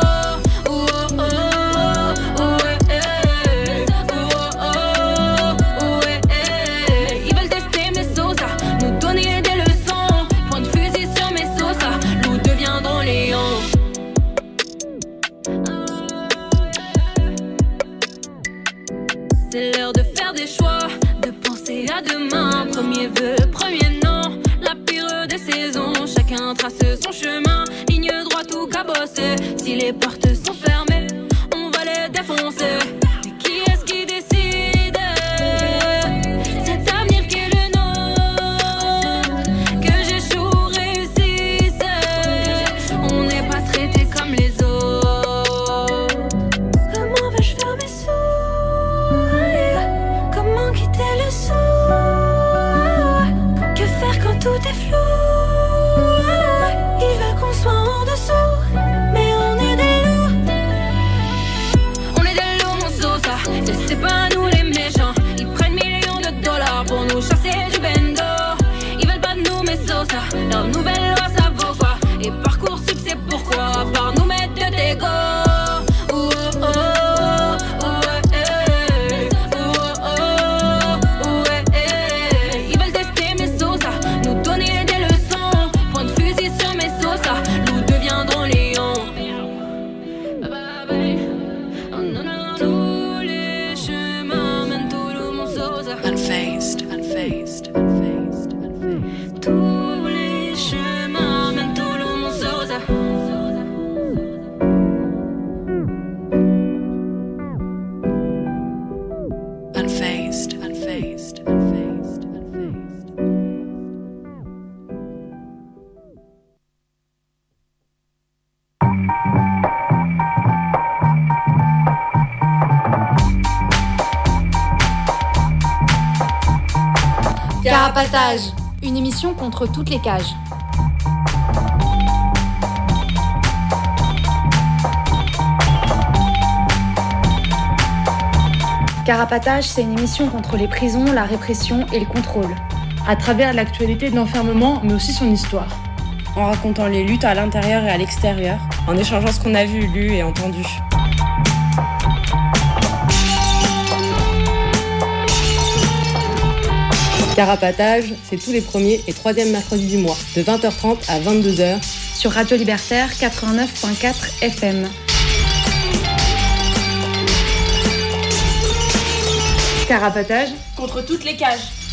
C'est l'heure de faire des choix, de penser à demain. Premier vœu, premier nom, la pire des saisons. Chacun trace son chemin, ligne droite ou cabossée. Si les portes sont fermées, on va les défoncer. Mais qui est-ce qui décide cet avenir qui est le nôtre? Que j'échoue, réussisse. On n'est pas traité comme les autres. Comment vais-je faire mes sous? Comment quitter le sou? Que faire quand tout est flou? Ils veulent qu'on soit en dessous, mais on est des loups. On est des loups, mon sosa. Et c'est pas nous les méchants. Ils prennent millions de dollars pour nous chasser du bendo. Ils veulent pas de nous, mais sosa. Leur nouvelle loi, ça vaut quoi? Et Parcoursup, c'est pourquoi? Par nous mettre de tes go. Carapatage, une émission contre toutes les cages. Carapatage, c'est une émission contre les prisons, la répression et le contrôle. À travers l'actualité de l'enfermement, mais aussi son histoire. En racontant les luttes à l'intérieur et à l'extérieur. En échangeant ce qu'on a vu, lu et entendu. Carapatage, c'est tous les premiers et troisièmes mercredis du mois, de 20h30 à 22h, sur Radio Libertaire 89.4 FM. Carapatage contre toutes les cages.